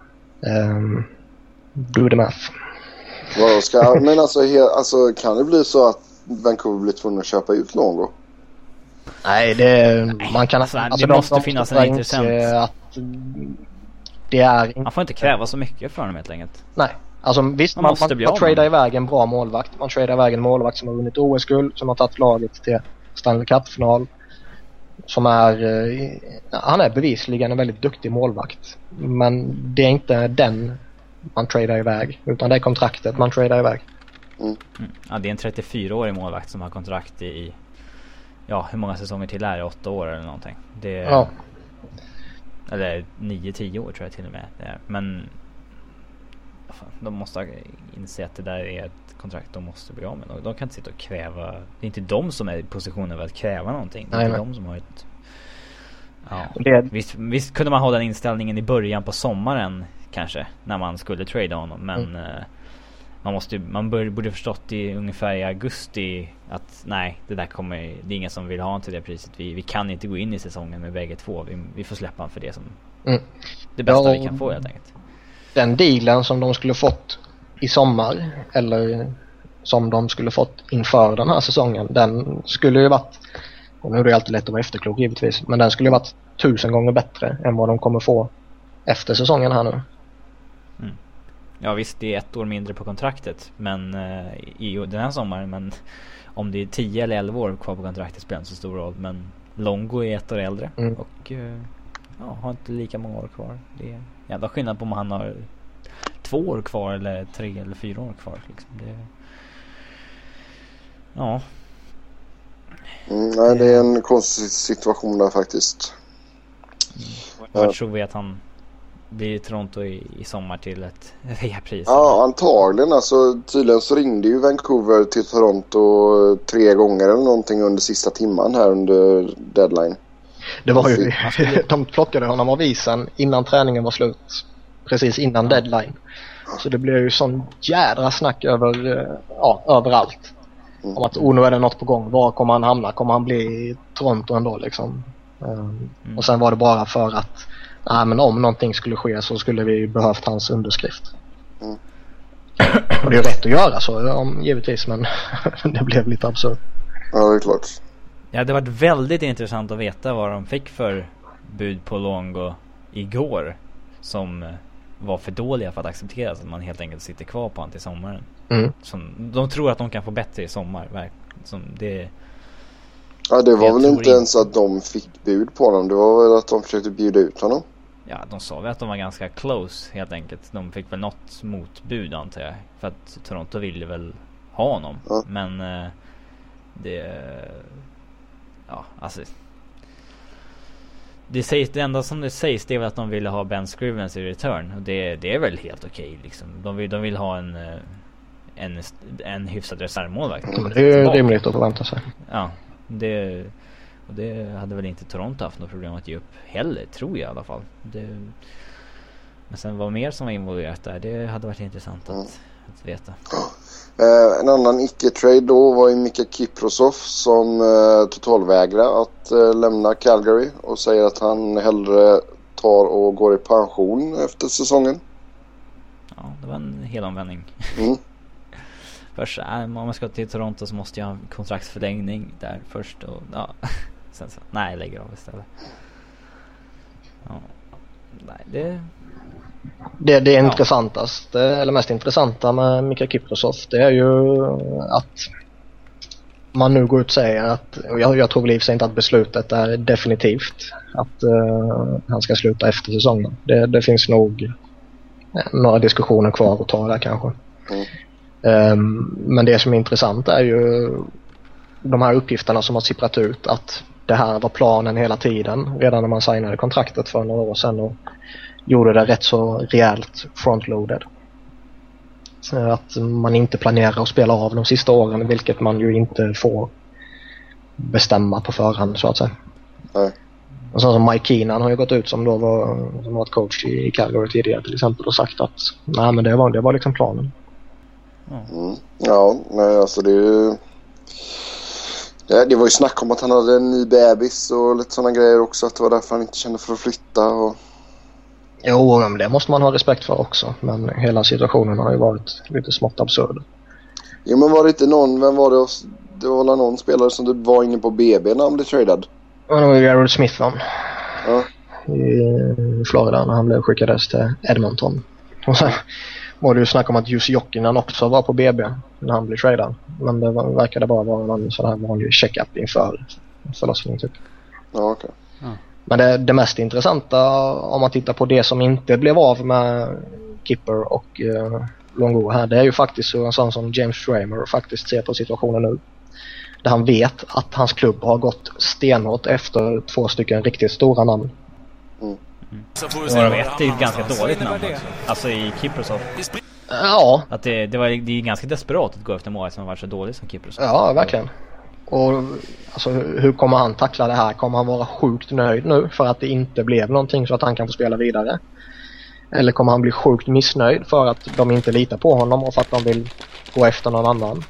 Um, do the math. Ska, men alltså, he, alltså kan det bli så att Vancouver blir tvungna att köpa ut Longo. Nej, det man kan alltså, alltså, det de, måste de finnas måste en intressant. Att det är inte... Man får inte kräva så mycket för honom helt enkelt. Nej, alltså visst man, man, måste man, bli man av tradar iväg en bra målvakt. Man tradar iväg en målvakt som har vunnit O S-guld, som har tagit laget till Stanley Cup-final. Som är, eh, han är bevisligen en väldigt duktig målvakt. Men det är inte den man tradar iväg, utan det är kontraktet man tradar iväg. Mm. Mm. Ja, det är en trettiofyra-årig målvakt som har kontrakt i, ja, hur många säsonger till är det? Åtta år eller någonting. Det, Ja. Eller nio tio år tror jag till och med. Det är. Men fan, de måste inse att det där är ett kontrakt de måste bli av med. De kan inte sitta och kräva. Det är inte de som är i positionen för att kräva någonting. Det är nej, inte nej. de som har ett... Ja. Det... Visst, visst kunde man ha den inställningen i början på sommaren kanske, när man skulle trada honom. Men mm. eh, man måste man bör, borde förstått i ungefär i augusti att nej, det där kommer, det är ingen som vill ha till det priset. Vi, vi kan inte gå in i säsongen med bägge två. Vi, vi får släppa för det som mm. det bästa ja, vi kan få helt enkelt. Den dealen som de skulle fått i sommar, eller som de skulle fått inför den här säsongen, den skulle ju varit, och nu är det alltid lätt att vara efterklok givetvis, men den skulle ju varit tusen gånger bättre än vad de kommer få efter säsongen här nu. Mm. Ja visst, det är ett år mindre på kontraktet, men uh, i den här sommaren, men om det är tio eller elva år kvar på kontraktet spelar inte så stor roll. Men Longo är ett år äldre mm. och uh, ja, har inte lika många år kvar. Det är jävla skillnad på om han har två år kvar eller tre eller fyra år kvar liksom. Det, ja. Mm, nej, det är en konstig situation där faktiskt. Mm. Vad ja. tror vi att han blir i Toronto i, i sommar till ett reapris? Ja, antagligen. Alltså, tydligen så ringde ju Vancouver till Toronto tre gånger eller någonting under sista timman här under deadline. Det var ju, de plockade honom av isen innan träningen var slut. Precis innan deadline. Så det blev ju sån jädra snack över, ja, överallt. Mm. Om att oh, nu är det något på gång. Var kommer han hamna? Kommer han bli i Toronto ändå liksom? Um, mm. Och sen var det bara för att nej, men om någonting skulle ske så skulle vi behövt hans underskrift. Mm. Och det är ju rätt att göra så, om, givetvis, men det blev lite absurt. Ja, det är klart. Ja, det har varit väldigt intressant att veta vad de fick för bud på Longo igår som var för dåliga för att accepteras, att man helt enkelt sitter kvar på han till sommaren. Mm. Som, de tror att de kan få bättre i sommar. Som det, ja, det var väl inte ens att de fick bud på honom. Det var väl att de försökte bjuda ut honom. Ja, de sa väl att de var ganska close helt enkelt. De fick väl något motbud antar jag. För att Toronto ville väl ha honom. Ja. Men eh, det... Ja, alltså... Det, sägs, det enda som det sägs det är väl att de ville ha Ben Scrivens i return. Och det, det är väl helt okej okay, liksom. De vill, de vill ha en, en, en hyfsad reservmålvakt. Mm, det är rimligt att förvänta sig. Ja, det, och det hade väl inte Toronto haft något problem att ge upp heller, tror jag i alla fall. Det, men sen vad mer som var involverat där, det hade varit intressant att, mm. att veta. Eh, en annan icke-trade då var ju Mika Kiprosov som eh, totalvägrar att eh, lämna Calgary och säger att han hellre tar och går i pension efter säsongen. Ja, det var en hel omvändning. Mm. Först, äh, om man ska till Toronto så måste jag ha kontraktsförlängning där först och ja, sen så, nej, jag lägger av istället. Ja, nej, det... Det, det är ja. intressantast, eller mest intressanta med Mika Kiprosov, det är ju att man nu går ut och säger att, och jag, jag tror väl i och för sig inte att beslutet är definitivt att uh, han ska sluta efter säsongen. Det, det finns nog några diskussioner kvar att ta där kanske. Mm. Um, men det som är intressant är ju de här uppgifterna som har sipprat ut att det här var planen hela tiden redan när man signade kontraktet för några år sedan och gjorde det rätt så rejält frontloaded. Så att man inte planerar att spela av de sista åren, vilket man ju inte får bestämma på förhand så att säga. Nej. Och så som Mike Keenan har ju gått ut som då var som varit coach i Calgary tidigare till exempel och sagt att nej, men det var, det var liksom planen. Mm. Ja, men alltså det är ju... Ja, det var ju snack om att han hade en ny bebis och lite sådana grejer också, att det var därför han inte kände för att flytta och... Jo, men det måste man ha respekt för också. Men hela situationen har ju varit lite smått absurd. Jo, men var det inte någon, vem var det, det var någon spelare som typ var inne på B B när han blev tradad. Ja, det var Jared Smith va? Ja. I Florida när han blev skickades till Edmonton. Och sen var det ju snack om att Jussi Jokinen också var på B B när han blev tradad. Men det var, verkade bara vara någon sån här vanlig check-up inför förlossningen typ. Ja, okej. Okay. Ja. Men det, det mest intressanta om man tittar på det som inte blev av med Kipper och uh, Longo här, det är ju faktiskt en sån som James Schramer faktiskt ser på situationen nu. Där han vet att hans klubb har gått stenhårt efter två stycken riktigt stora namn. Mm. Mm. Och de vet, det är ett ganska dåligt namn också. Alltså i Kiprusoff. Ja. Att det, det, var, det är ganska desperat att gå efter mål som har varit så dåligt som Kiprusoff. Ja, verkligen. Och alltså, hur kommer han tackla det här? Kommer han vara sjukt nöjd nu för att det inte blev någonting så att han kan få spela vidare? Eller kommer han bli sjukt missnöjd för att de inte litar på honom och för att de vill gå efter någon annan?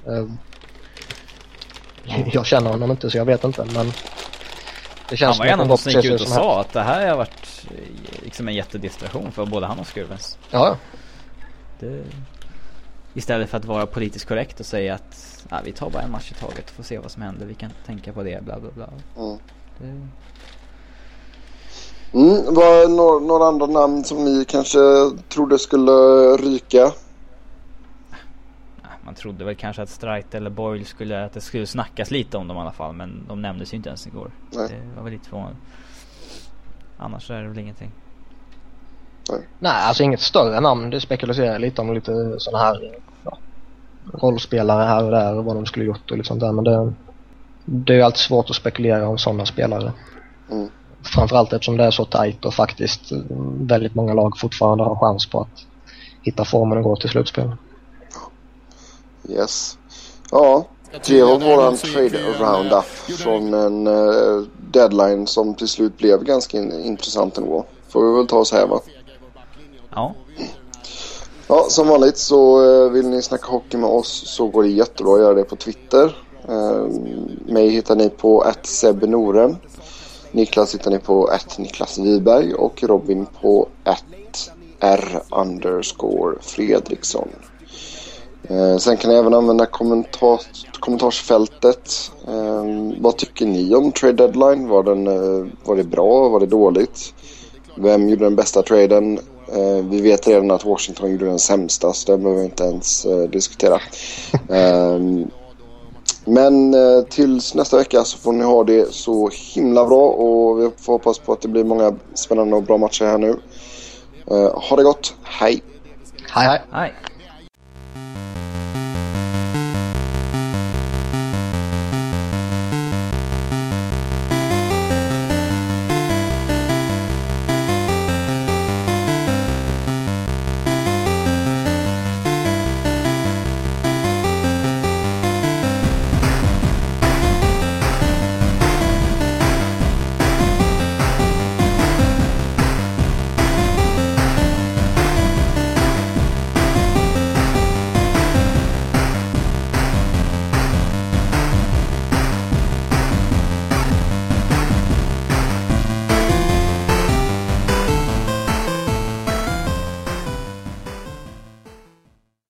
Jag känner honom inte så jag vet inte, men det känns han var som en av som gick ut och sa här. att det här har varit liksom en jättedistraktion för både han och Skruvens. Ja. Det, istället för att vara politiskt korrekt och säga att ja, vi tar bara en match i taget och får se vad som händer, vi kan tänka på det, bla bla bla. Mm. Det... Mm, var några, några andra namn som ni kanske trodde skulle ryka? Man trodde väl kanske att Strite eller Boyle skulle, att det skulle snackas lite om dem i alla fall, men de nämndes ju inte ens igår. Nej. Det var väl lite förvånande. Annars är det väl ingenting. Nej. Nej, alltså inget större namn. Det spekulerar lite om lite sådana här ja, rollspelare här och där och vad de skulle gjort och lite sånt där, men det, det är ju alltid svårt att spekulera om sådana spelare. Mm. Framförallt eftersom det är så tajt och faktiskt väldigt många lag fortfarande har chans på att hitta formen och gå till slutspel. Yes. Ja, det var våran trade roundup från en uh, deadline som till slut blev ganska in- intressant ändå. Får vi väl ta oss här va? Ja. Ja, som vanligt så uh, vill ni snacka hockey med oss så går det jättebra att göra det på Twitter. Uh, mig hittar ni på at sebenoren. Niklas hittar ni på at Niklas Wiberg och Robin på at r underscore Fredriksson. Eh, sen kan ni även använda kommentar- kommentarsfältet. Eh, vad tycker ni om trade deadline? Var, den, eh, var det bra? Var det dåligt? Vem gjorde den bästa traden? Eh, vi vet redan att Washington gjorde den sämsta, så det behöver vi inte ens eh, diskutera. Eh, men eh, tills nästa vecka så får ni ha det så himla bra och vi får hoppas på att det blir många spännande och bra matcher här nu. Eh, ha det gott, hej! Hej hej! Nej.